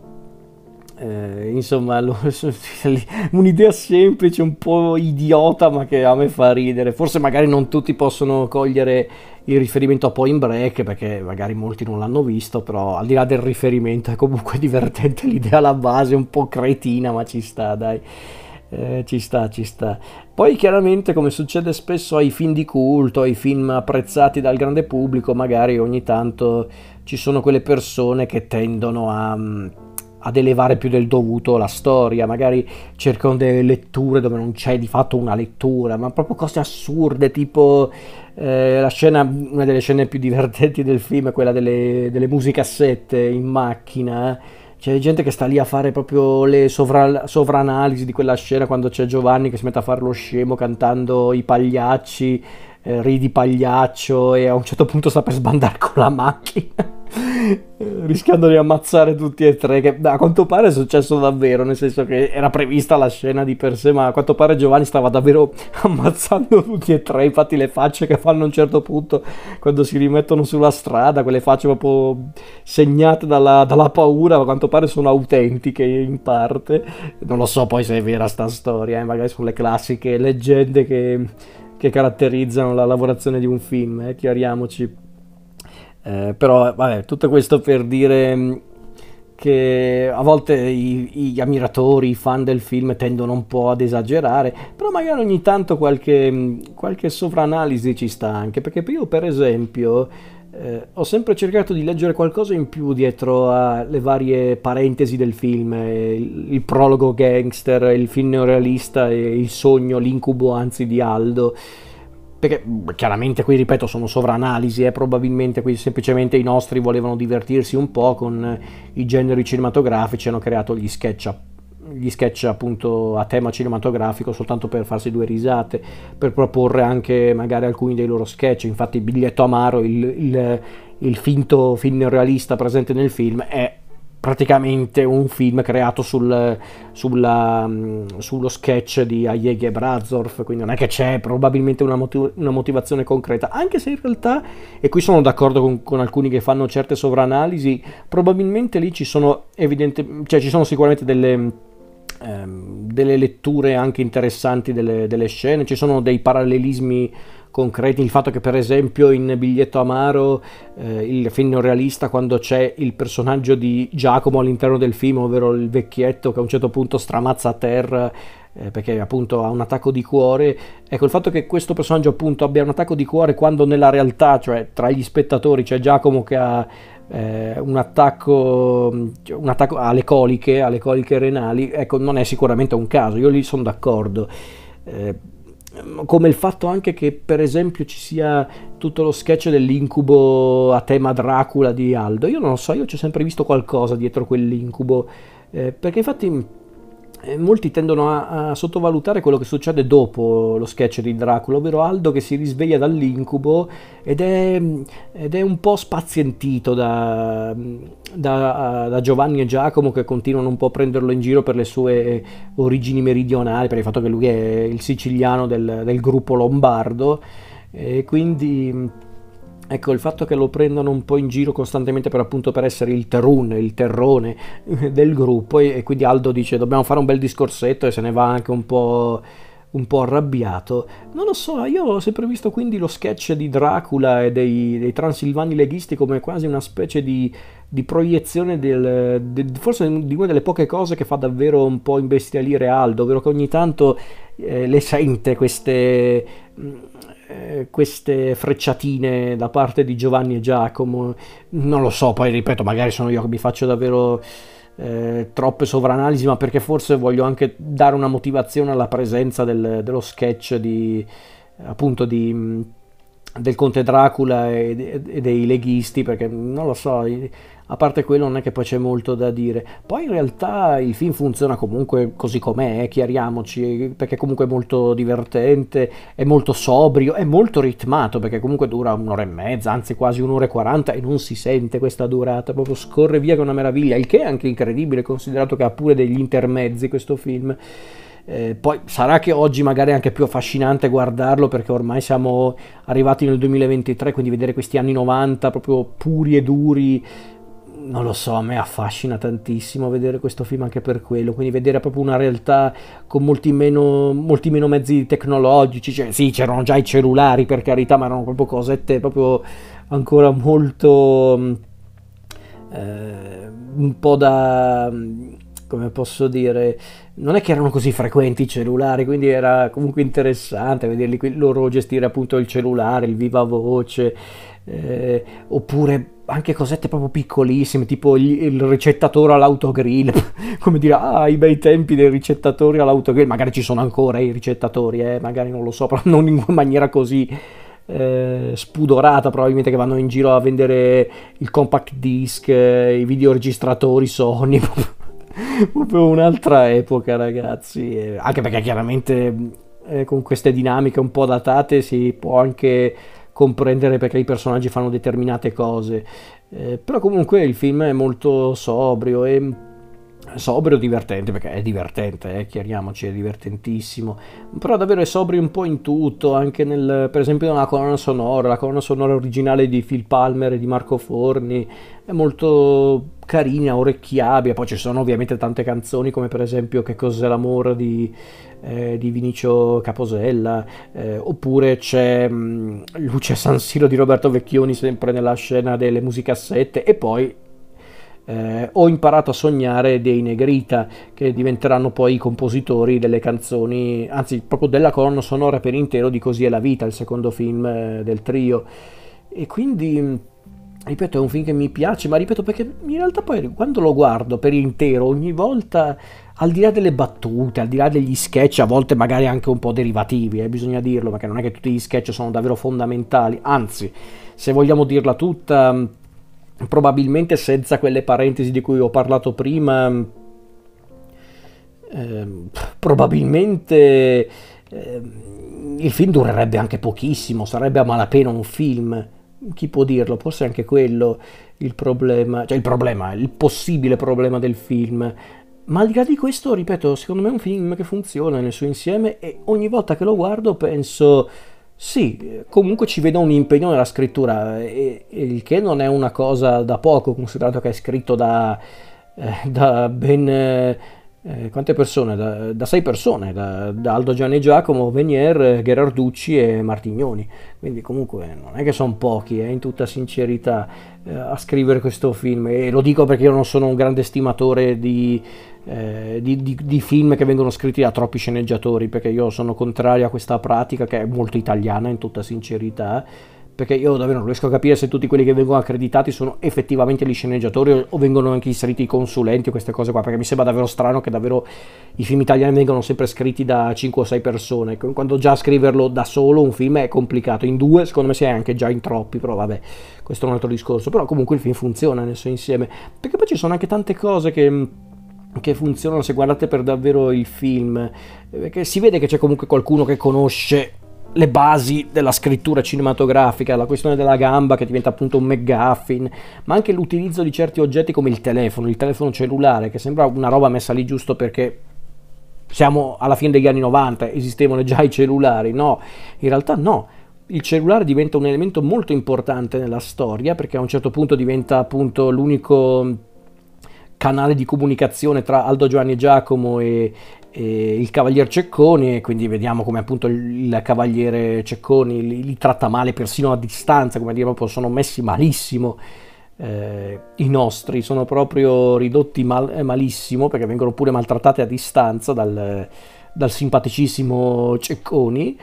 Eh, insomma, lo- un'idea semplice, un po' idiota, ma che a me fa ridere. Forse magari non tutti possono cogliere il riferimento a Point Break, perché magari molti non l'hanno visto, però al di là del riferimento è comunque divertente l'idea alla base, un po' cretina, ma ci sta, dai. Eh, ci sta, ci sta. Poi chiaramente, come succede spesso ai film di culto, ai film apprezzati dal grande pubblico, magari ogni tanto ci sono quelle persone che tendono a ad elevare più del dovuto la storia, magari cercano delle letture dove non c'è di fatto una lettura, ma proprio cose assurde, tipo eh, la scena, una delle scene più divertenti del film è quella delle, delle musicassette in macchina. C'è gente che sta lì a fare proprio le sovra- sovranalisi di quella scena, quando c'è Giovanni che si mette a fare lo scemo cantando i pagliacci, eh, ridi pagliaccio, e a un certo punto sta per sbandare con la macchina. rischiando di ammazzare tutti e tre, che a quanto pare è successo davvero, nel senso che era prevista la scena di per sé, ma a quanto pare Giovanni stava davvero ammazzando tutti e tre, infatti le facce che fanno a un certo punto quando si rimettono sulla strada, quelle facce proprio segnate dalla, dalla paura, a quanto pare sono autentiche in parte, non lo so poi se è vera sta storia, eh, magari sono le classiche leggende che, che caratterizzano la lavorazione di un film, eh, chiariamoci. Eh, però vabbè, tutto questo per dire mh, che a volte i- gli ammiratori, i fan del film tendono un po' ad esagerare, però magari ogni tanto qualche, mh, qualche sovranalisi ci sta anche, perché io per esempio eh, ho sempre cercato di leggere qualcosa in più dietro alle varie parentesi del film, eh, il, il prologo gangster, il film neorealista e il sogno, l'incubo anzi di Aldo. Perché beh, chiaramente qui ripeto sono sovranalisi, eh, probabilmente qui semplicemente i nostri volevano divertirsi un po' con eh, i generi cinematografici, hanno creato gli sketch, a- gli sketch appunto a tema cinematografico soltanto per farsi due risate, per proporre anche magari alcuni dei loro sketch. Infatti Biglietto Amaro, il, il- il finto film realista presente nel film, è praticamente un film creato sul, sulla, mh, sullo sketch di Hayek e Brazorf, quindi non è che c'è probabilmente una, motiv- una motivazione concreta, anche se in realtà, e qui sono d'accordo con, con alcuni che fanno certe sovranalisi, probabilmente lì ci sono evidente, cioè ci sono sicuramente delle, ehm, delle letture anche interessanti delle, delle scene, ci sono dei parallelismi concreti, il fatto che per esempio in Biglietto Amaro, eh, il film neorealista, quando c'è il personaggio di Giacomo all'interno del film, ovvero il vecchietto che a un certo punto stramazza a terra eh, perché appunto ha un attacco di cuore, ecco il fatto che questo personaggio appunto abbia un attacco di cuore quando nella realtà, cioè tra gli spettatori c'è Giacomo che ha eh, un attacco, un attacco alle coliche, alle coliche renali, ecco non è sicuramente un caso, io lì sono d'accordo. Eh, come il fatto anche che per esempio ci sia tutto lo sketch dell'incubo a tema Dracula di Aldo, io non lo so, io ci ho sempre visto qualcosa dietro quell'incubo, eh, perché infatti eh, molti tendono a, a sottovalutare quello che succede dopo lo sketch di Dracula, ovvero Aldo che si risveglia dall'incubo ed è, ed è un po' spazientito da, da, da Giovanni e Giacomo che continuano un po' a prenderlo in giro per le sue origini meridionali, per il fatto che lui è il siciliano del, del gruppo lombardo, e quindi ecco il fatto che lo prendano un po' in giro costantemente per appunto per essere il terrun, il terrone del gruppo, e, e quindi Aldo dice dobbiamo fare un bel discorsetto e se ne va anche un po', un po' arrabbiato. Non lo so, io ho sempre visto quindi lo sketch di Dracula e dei, dei transilvani leghisti come quasi una specie di, di proiezione del, de- forse di una delle poche cose che fa davvero un po' imbestialire Aldo, ovvero che ogni tanto eh, le sente queste, mh, eh, queste frecciatine da parte di Giovanni e Giacomo. Non lo so, poi ripeto, magari sono io che mi faccio davvero eh, troppe sovranalisi, ma perché forse voglio anche dare una motivazione alla presenza del- dello sketch di appunto di mh, del Conte Dracula e, e dei leghisti, perché non lo so, i- a parte quello non è che poi c'è molto da dire. Poi in realtà il film funziona comunque così com'è, eh, chiariamoci, perché comunque è molto divertente, è molto sobrio, è molto ritmato, perché comunque dura un'ora e mezza, anzi quasi un'ora e quaranta e non si sente questa durata, proprio scorre via che è una meraviglia, il che è anche incredibile considerato che ha pure degli intermezzi questo film. Eh, poi sarà che oggi magari è anche più affascinante guardarlo perché ormai siamo arrivati nel duemilaventitré, quindi vedere questi anni novanta proprio puri e duri, non lo so, a me affascina tantissimo vedere questo film anche per quello, quindi vedere proprio una realtà con molti meno, molti meno mezzi tecnologici, cioè, sì, c'erano già i cellulari per carità, ma erano proprio cosette proprio ancora molto eh, un po' da, come posso dire, non è che erano così frequenti i cellulari, quindi era comunque interessante vederli qui- loro gestire appunto il cellulare, il viva voce, eh, oppure anche cosette proprio piccolissime, tipo gli- il ricettatore all'autogrill, come dire, ah, i bei tempi dei ricettatori all'autogrill, magari ci sono ancora i ricettatori, eh, magari non lo so, però non in maniera così eh, spudorata, probabilmente che vanno in giro a vendere il compact disc, eh, i videoregistratori Sony, proprio un'altra epoca, ragazzi. Eh, anche perché chiaramente eh, con queste dinamiche un po' datate si può anche comprendere perché i personaggi fanno determinate cose. Eh, però comunque il film è molto sobrio e sobrio divertente, perché è divertente, eh, chiariamoci, è divertentissimo, però davvero è sobrio un po' in tutto, anche nel, per esempio nella colonna sonora, la colonna sonora originale di Phil Palmer e di Marco Forni è molto carina, orecchiabile, poi ci sono ovviamente tante canzoni come per esempio Che cos'è l'amore di, eh, di Vinicio Caposella, eh, oppure c'è mh, Luce a San Siro di Roberto Vecchioni sempre nella scena delle musicassette, e poi eh, ho imparato a sognare dei Negrita, che diventeranno poi i compositori delle canzoni, anzi proprio della colonna sonora per intero di Così è la vita, il secondo film eh, del trio. E quindi, ripeto, è un film che mi piace, ma ripeto perché in realtà poi quando lo guardo per intero, ogni volta, al di là delle battute, al di là degli sketch, a volte magari anche un po' derivativi, eh, bisogna dirlo, perché non è che tutti gli sketch sono davvero fondamentali, anzi, se vogliamo dirla tutta, probabilmente senza quelle parentesi di cui ho parlato prima, ehm, probabilmente ehm, il film durerebbe anche pochissimo, sarebbe a malapena un film. Chi può dirlo? Forse è anche quello il problema, cioè il problema, il possibile problema del film. Ma al di là di questo, ripeto, secondo me è un film che funziona nel suo insieme e ogni volta che lo guardo penso, sì, comunque ci vedo un impegno nella scrittura, e, e il che non è una cosa da poco, considerato che è scritto da, eh, da ben... eh, eh, quante persone? Da, da sei persone, da, da Aldo Gianni Giacomo, Venier, Gherarducci e Martignoni. Quindi comunque non è che sono pochi, eh, in tutta sincerità, eh, a scrivere questo film. E lo dico perché io non sono un grande stimatore di, eh, di, di- di film che vengono scritti da troppi sceneggiatori, perché io sono contrario a questa pratica che è molto italiana in tutta sincerità, perché io davvero non riesco a capire se tutti quelli che vengono accreditati sono effettivamente gli sceneggiatori o o vengono anche inseriti i consulenti o queste cose qua, perché mi sembra davvero strano che davvero i film italiani vengono sempre scritti da cinque o sei persone, quando già scriverlo da solo un film è complicato, in due secondo me si è anche già in troppi, però vabbè, questo è un altro discorso, però comunque il film funziona nel suo insieme, perché poi ci sono anche tante cose che che funzionano se guardate per davvero il film, eh, perché si vede che c'è comunque qualcuno che conosce le basi della scrittura cinematografica, la questione della gamba che diventa appunto un McGuffin, ma anche l'utilizzo di certi oggetti come il telefono, il telefono cellulare, che sembra una roba messa lì giusto perché siamo alla fine degli anni novanta, esistevano già i cellulari, no, in realtà no. Il cellulare diventa un elemento molto importante nella storia perché a un certo punto diventa appunto l'unico canale di comunicazione tra Aldo Giovanni e Giacomo e, e il Cavalier Cecconi, e quindi vediamo come appunto il, il Cavaliere Cecconi li, li tratta male persino a distanza, come dire, proprio sono messi malissimo, eh, i nostri sono proprio ridotti mal- eh, malissimo perché vengono pure maltrattati a distanza dal, dal simpaticissimo Cecconi,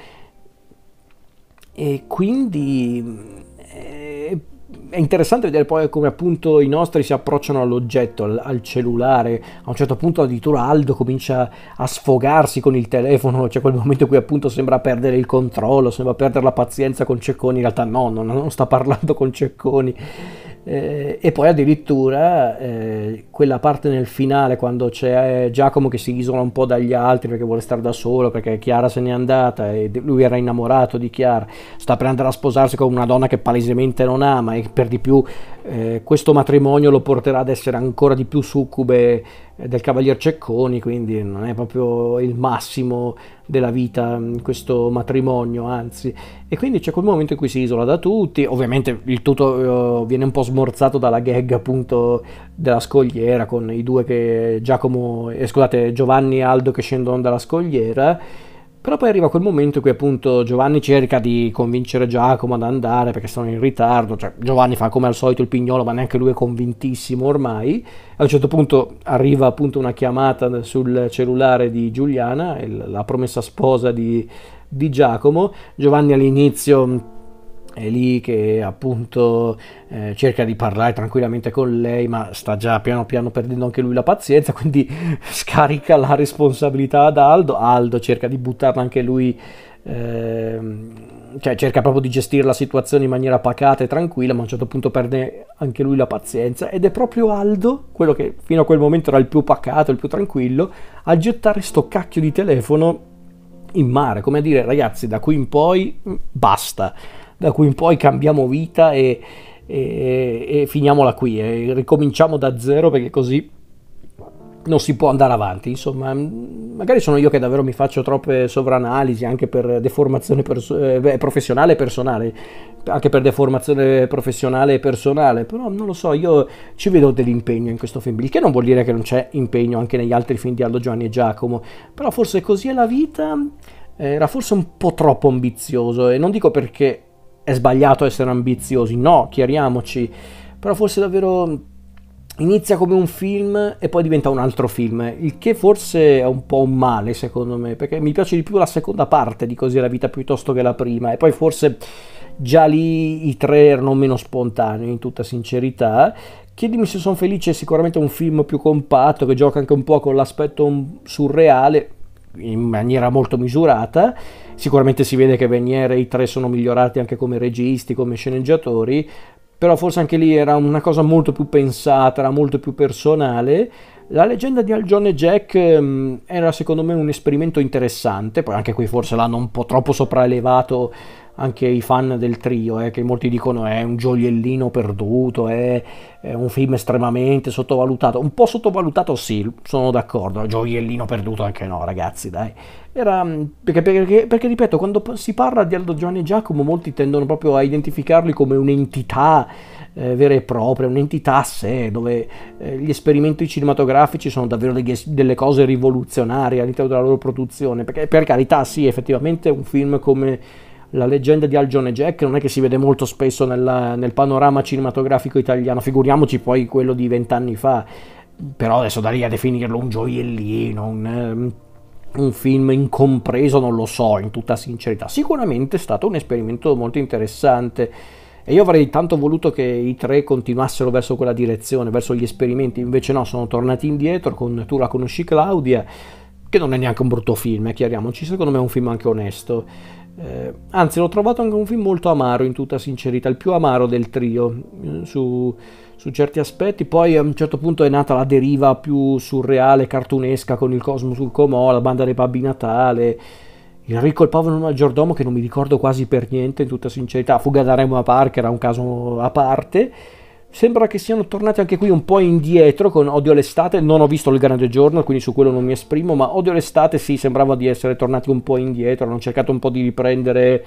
e quindi eh, è interessante vedere poi come appunto i nostri si approcciano all'oggetto, al, al cellulare. A un certo punto addirittura Aldo comincia a sfogarsi con il telefono, c'è quel momento in cui appunto sembra perdere il controllo, sembra perdere la pazienza con Cecconi, in realtà no, non, non sta parlando con Cecconi. Eh, e poi addirittura eh, quella parte nel finale quando c'è Giacomo che si isola un po' dagli altri perché vuole stare da solo, perché Chiara se n'è andata e lui era innamorato di Chiara, sta per andare a sposarsi con una donna che palesemente non ama, e per di più eh, questo matrimonio lo porterà ad essere ancora di più succube eh, del Cavalier Cecconi, quindi non è proprio il massimo della vita mh, questo matrimonio, anzi. E quindi c'è quel momento in cui si isola da tutti, ovviamente il tutto eh, viene un po' smorzato dalla gag appunto della scogliera, con i due che Giacomo, eh, scusate, Giovanni e Aldo che scendono dalla scogliera. Però poi arriva quel momento in cui appunto Giovanni cerca di convincere Giacomo ad andare perché sono in ritardo, cioè Giovanni fa come al solito il pignolo, ma neanche lui è convintissimo ormai. A un certo punto arriva appunto una chiamata sul cellulare di Giuliana, il- la promessa sposa di, di Giacomo. Giovanni all'inizio è lì che appunto eh, cerca di parlare tranquillamente con lei, ma sta già piano piano perdendo anche lui la pazienza, quindi scarica la responsabilità ad Aldo. Aldo cerca di buttarla anche lui, ehm, cioè cerca proprio di gestire la situazione in maniera pacata e tranquilla, ma a un certo punto perde anche lui la pazienza, ed è proprio Aldo, quello che fino a quel momento era il più pacato, il più tranquillo, a gettare sto cacchio di telefono in mare, come a dire: ragazzi, da qui in poi mm, basta, da qui in poi cambiamo vita, e, e, e finiamola qui e ricominciamo da zero perché così non si può andare avanti. Insomma, magari sono io che davvero mi faccio troppe sovranalisi anche per deformazione perso- eh, professionale e personale, anche per deformazione professionale e personale, però non lo so, io ci vedo dell'impegno in questo film, il che non vuol dire che non c'è impegno anche negli altri film di Aldo, Giovanni e Giacomo, però forse Così è la vita era forse un po' troppo ambizioso, e non dico perché è sbagliato essere ambiziosi, no, chiariamoci, però forse davvero inizia come un film e poi diventa un altro film, il che forse è un po' un male secondo me, perché mi piace di più la seconda parte di Così è la vita piuttosto che la prima, e poi forse già lì i tre erano meno spontanei, in tutta sincerità. Chiedimi se sono felice, è sicuramente un film più compatto che gioca anche un po' con l'aspetto surreale in maniera molto misurata. Sicuramente si vede che Venier e i tre sono migliorati anche come registi, come sceneggiatori, però forse anche lì era una cosa molto più pensata, era molto più personale. La leggenda di Al John e Jack ehm, era secondo me un esperimento interessante, poi anche qui forse l'hanno un po' troppo sopraelevato anche i fan del trio, eh, che molti dicono è un gioiellino perduto, è, è un film estremamente sottovalutato, un po' sottovalutato sì, sono d'accordo, gioiellino perduto anche no ragazzi dai, era, perché, perché, perché ripeto, quando si parla di Aldo, Giovanni e Giacomo molti tendono proprio a identificarli come un'entità eh, vera e propria, un'entità a sé, dove eh, gli esperimenti cinematografici sono davvero degli, delle cose rivoluzionarie all'interno della loro produzione, perché per carità sì, effettivamente un film come La leggenda di Al John e Jack non è che si vede molto spesso nella, nel panorama cinematografico italiano, figuriamoci poi quello di vent'anni fa, però adesso da lì a definirlo un gioiellino, un, ehm, un film incompreso, non lo so, in tutta sincerità. Sicuramente è stato un esperimento molto interessante e io avrei tanto voluto che i tre continuassero verso quella direzione, verso gli esperimenti, invece no, sono tornati indietro con Tu la conosci Claudia, che non è neanche un brutto film, eh, chiariamoci, secondo me è un film anche onesto. Eh, anzi, l'ho trovato anche un film molto amaro, in tutta sincerità, il più amaro del trio eh, su, su certi aspetti. Poi a un certo punto è nata la deriva più surreale, cartunesca con il Cosmo sul Comò, la banda dei Babbi Natale, il ricco e il povero maggiordomo, che non mi ricordo quasi per niente, in tutta sincerità. Fuga da Remo a Park era un caso a parte. Sembra che siano tornati anche qui un po' indietro con Odio l'estate, non ho visto Il grande giorno, quindi su quello non mi esprimo, ma Odio l'estate sì, sembrava di essere tornati un po' indietro, hanno cercato un po' di riprendere,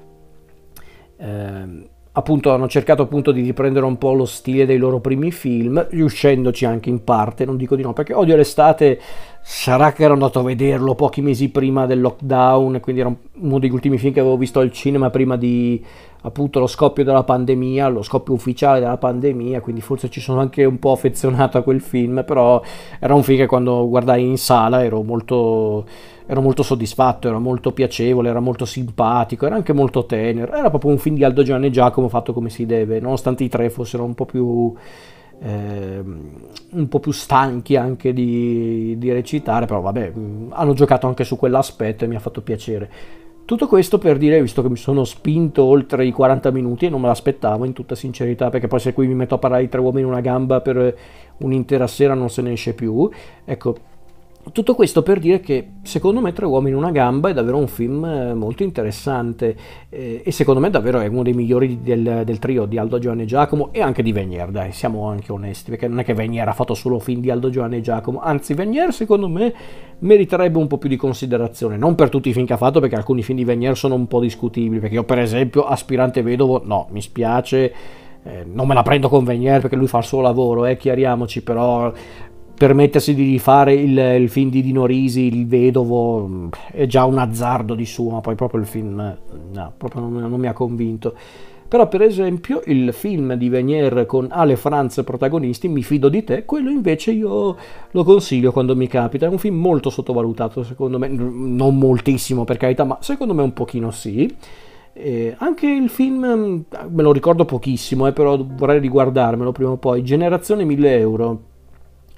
ehm, appunto, hanno cercato appunto di riprendere un po' lo stile dei loro primi film, riuscendoci anche in parte, non dico di no, perché Odio l'estate sarà che ero andato a vederlo pochi mesi prima del lockdown, quindi era uno degli ultimi film che avevo visto al cinema prima di appunto lo scoppio della pandemia, lo scoppio ufficiale della pandemia, quindi forse ci sono anche un po' affezionato a quel film, però era un film che quando guardai in sala ero molto, ero molto soddisfatto, era molto piacevole, era molto simpatico, era anche molto tenero, era proprio un film di Aldo, Giovanni e Giacomo fatto come si deve, nonostante i tre fossero un po' più eh, un po' più stanchi anche di, di recitare, però vabbè, hanno giocato anche su quell'aspetto e mi ha fatto piacere. Tutto questo per dire, visto che mi sono spinto oltre i quaranta minuti e non me l'aspettavo in tutta sincerità, perché poi se qui mi metto a parlare di Tre uomini in una gamba per un'intera sera non se ne esce più, ecco, tutto questo per dire che secondo me Tre uomini in una gamba è davvero un film eh, molto interessante eh, e secondo me davvero è uno dei migliori del, del trio di Aldo, Giovanni e Giacomo, e anche di Venier, dai, siamo anche onesti, perché non è che Venier ha fatto solo film di Aldo, Giovanni e Giacomo, anzi Venier secondo me meriterebbe un po' più di considerazione, non per tutti i film che ha fatto, perché alcuni film di Venier sono un po' discutibili, perché io per esempio Aspirante Vedovo, no, mi spiace, eh, non me la prendo con Venier perché lui fa il suo lavoro, eh, chiariamoci, però permettersi di rifare il, il film di Dino Risi, Il Vedovo, è già un azzardo di suo, ma poi proprio il film no, proprio non, non mi ha convinto. Però per esempio il film di Venier con Ale Franz protagonisti, Mi fido di te, quello invece io lo consiglio quando mi capita, è un film molto sottovalutato secondo me, non moltissimo per carità, ma secondo me un pochino sì. Eh, anche il film, me lo ricordo pochissimo, eh, però vorrei riguardarmelo prima o poi, Generazione mille euro.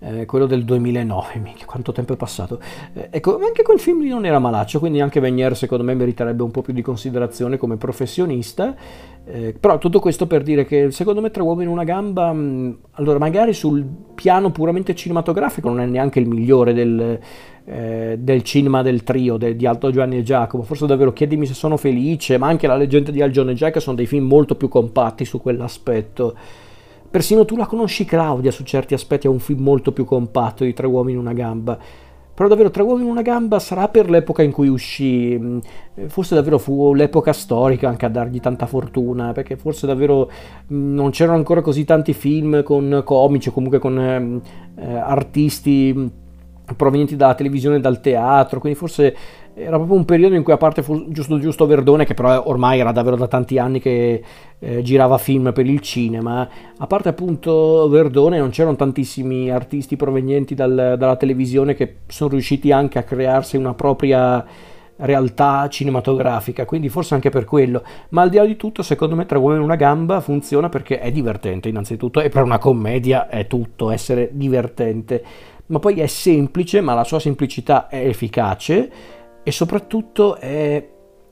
eh, quello del duemilanove, minchia, quanto tempo è passato. Eh, ecco, anche quel film lì non era malaccio, quindi anche Venier secondo me meriterebbe un po' più di considerazione come professionista. Eh, però tutto questo per dire che secondo me Tre uomini in una gamba, mh, allora magari sul piano puramente cinematografico non è neanche il migliore del, eh, del cinema del trio de- di Aldo, Giovanni e Giacomo, forse davvero Chiedimi se sono felice, ma anche La leggenda di Algione e Jack sono dei film molto più compatti su quell'aspetto. Persino Tu la conosci Claudia su certi aspetti è un film molto più compatto di Tre uomini in una gamba. Però davvero Tre uomini in una gamba sarà per l'epoca in cui uscì, mh, forse davvero fu l'epoca storica anche a dargli tanta fortuna, perché forse davvero mh, non c'erano ancora così tanti film con comici o comunque con ehm, eh, artisti mh, provenienti dalla televisione e dal teatro, quindi forse era proprio un periodo in cui, a parte fu giusto giusto Verdone, che però ormai era davvero da tanti anni che eh, girava film per il cinema, a parte appunto Verdone non c'erano tantissimi artisti provenienti dal- dalla televisione che sono riusciti anche a crearsi una propria realtà cinematografica, quindi forse anche per quello. Ma al di là di tutto, secondo me Tre uomini in una gamba funziona perché è divertente innanzitutto, e per una commedia è tutto essere divertente, ma poi è semplice, ma la sua semplicità è efficace, e soprattutto è,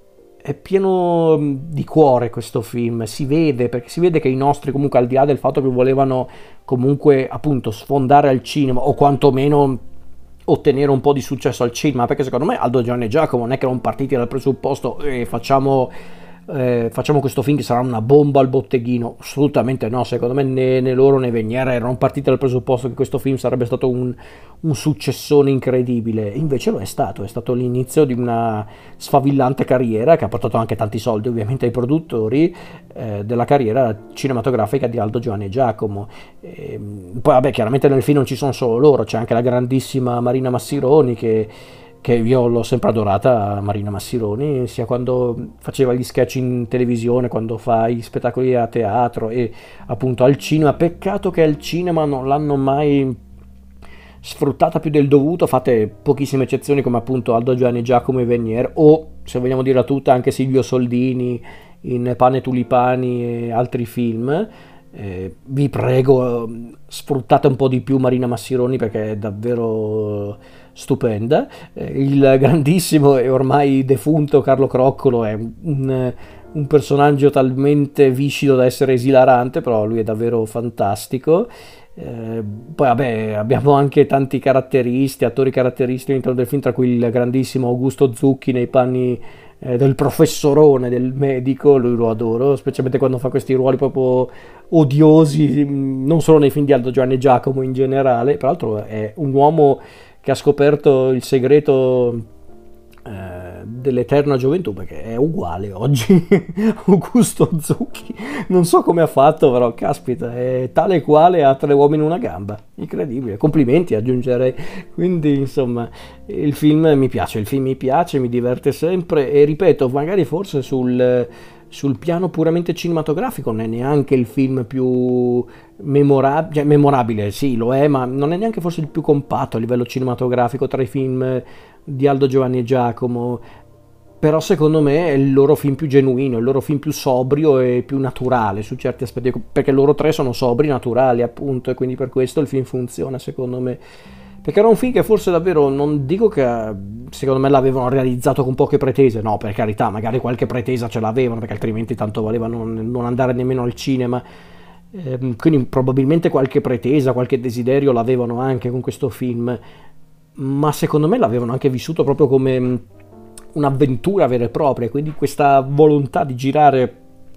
è pieno di cuore questo film, si vede, perché si vede che i nostri, comunque, al di là del fatto che volevano comunque appunto sfondare al cinema o quantomeno ottenere un po' di successo al cinema, perché secondo me Aldo, Giovanni e Giacomo non è che erano partiti dal presupposto eh, facciamo eh, facciamo questo film che sarà una bomba al botteghino, assolutamente no. Secondo me né, né loro né Veniera erano partiti dal presupposto che questo film sarebbe stato un, un successone incredibile, invece lo è stato, è stato l'inizio di una sfavillante carriera che ha portato anche tanti soldi ovviamente ai produttori, eh, della carriera cinematografica di Aldo, Giovanni e Giacomo. E, poi vabbè, chiaramente nel film non ci sono solo loro, c'è anche la grandissima Marina Massironi che che io l'ho sempre adorata, Marina Massironi, sia quando faceva gli sketch in televisione, quando fa gli spettacoli a teatro e appunto al cinema. Peccato che al cinema non l'hanno mai sfruttata più del dovuto, fate pochissime eccezioni come appunto Aldo, Giovanni, Giacomo e Venier, o se vogliamo dirla tutta anche Silvio Soldini in Pane e Tulipani e altri film. Eh, vi prego, sfruttate un po' di più Marina Massironi perché è davvero stupenda. Eh, il grandissimo e ormai defunto Carlo Croccolo è un, un personaggio talmente viscido da essere esilarante, però lui è davvero fantastico. Eh, poi vabbè, abbiamo anche tanti caratteristi, attori caratteristici all'interno del film, tra cui il grandissimo Augusto Zucchi nei panni eh, del professorone, del medico. Lui lo adoro, specialmente quando fa questi ruoli proprio odiosi, non solo nei film di Aldo, Giovanni e Giacomo in generale. Peraltro è un uomo che ha scoperto il segreto eh, dell'eterna gioventù, perché è uguale oggi Augusto Zucchi, non so come ha fatto, però caspita, è tale e quale a Tre uomini in una gamba, incredibile, complimenti aggiungerei. Quindi insomma il film mi piace, il film mi piace, mi diverte sempre, e ripeto, magari forse sul sul piano puramente cinematografico non è neanche il film più memorabile, cioè, memorabile sì lo è, ma non è neanche forse il più compatto a livello cinematografico tra i film di Aldo, Giovanni e Giacomo, però secondo me è il loro film più genuino, il loro film più sobrio e più naturale su certi aspetti, perché loro tre sono sobri, naturali appunto, e quindi per questo il film funziona secondo me. Perché era un film che forse davvero, non dico che secondo me l'avevano realizzato con poche pretese, no, per carità, magari qualche pretesa ce l'avevano, perché altrimenti tanto valeva non, non andare nemmeno al cinema. Ehm, quindi probabilmente qualche pretesa, qualche desiderio l'avevano anche con questo film, ma secondo me l'avevano anche vissuto proprio come un'avventura vera e propria, quindi questa volontà di girare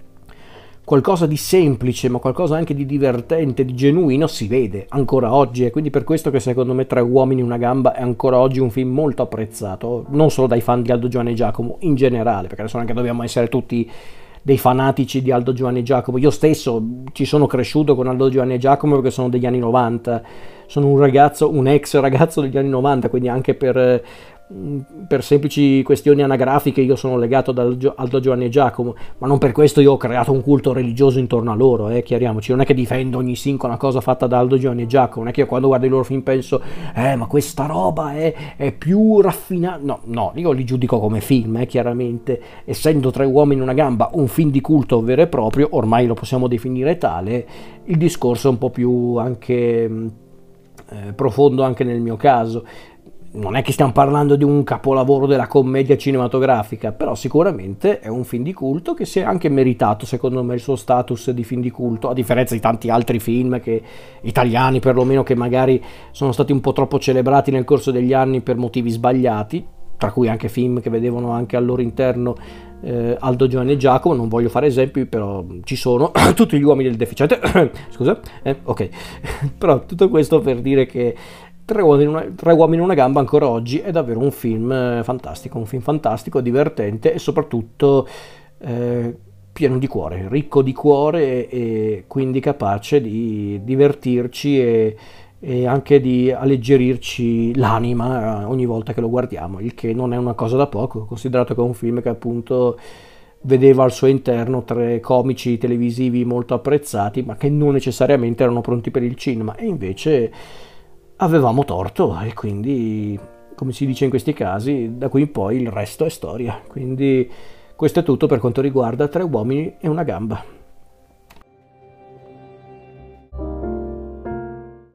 qualcosa di semplice ma qualcosa anche di divertente, di genuino, si vede ancora oggi, e quindi per questo che secondo me Tre uomini in una gamba è ancora oggi un film molto apprezzato, non solo dai fan di Aldo, Giovanni e Giacomo in generale, perché adesso non è che dobbiamo essere tutti dei fanatici di Aldo, Giovanni e Giacomo. Io stesso ci sono cresciuto con Aldo, Giovanni e Giacomo perché sono degli anni novanta, sono un ragazzo, un ex ragazzo degli anni novanta, quindi anche per per semplici questioni anagrafiche io sono legato ad Aldo, Giovanni e Giacomo, ma non per questo io ho creato un culto religioso intorno a loro, eh, chiariamoci, non è che difendo ogni singola cosa fatta da Aldo, Giovanni e Giacomo, non è che io quando guardo i loro film penso eh ma questa roba è, è più raffinata, no, no, io li giudico come film, eh, chiaramente, essendo Tre uomini in una gamba un film di culto vero e proprio, ormai lo possiamo definire tale, il discorso è un po' più anche eh, profondo anche nel mio caso. Non è che stiamo parlando di un capolavoro della commedia cinematografica, però sicuramente è un film di culto che si è anche meritato, secondo me, il suo status di film di culto, a differenza di tanti altri film che, italiani perlomeno, che magari sono stati un po' troppo celebrati nel corso degli anni per motivi sbagliati, tra cui anche film che vedevano anche al loro interno eh, Aldo, Giovanni e Giacomo. Non voglio fare esempi, però ci sono tutti gli uomini del deficiente, scusa, eh, ok, però tutto questo per dire che Tre uomini, in una, Tre uomini in una gamba ancora oggi è davvero un film eh, fantastico, un film fantastico, divertente e soprattutto eh, pieno di cuore, ricco di cuore, e, e quindi capace di divertirci e, e anche di alleggerirci l'anima eh, ogni volta che lo guardiamo, il che non è una cosa da poco, considerato che è un film che appunto vedeva al suo interno tre comici televisivi molto apprezzati, ma che non necessariamente erano pronti per il cinema, e invece avevamo torto, e quindi, come si dice in questi casi, da qui in poi il resto è storia. Quindi questo è tutto per quanto riguarda Tre uomini e una gamba.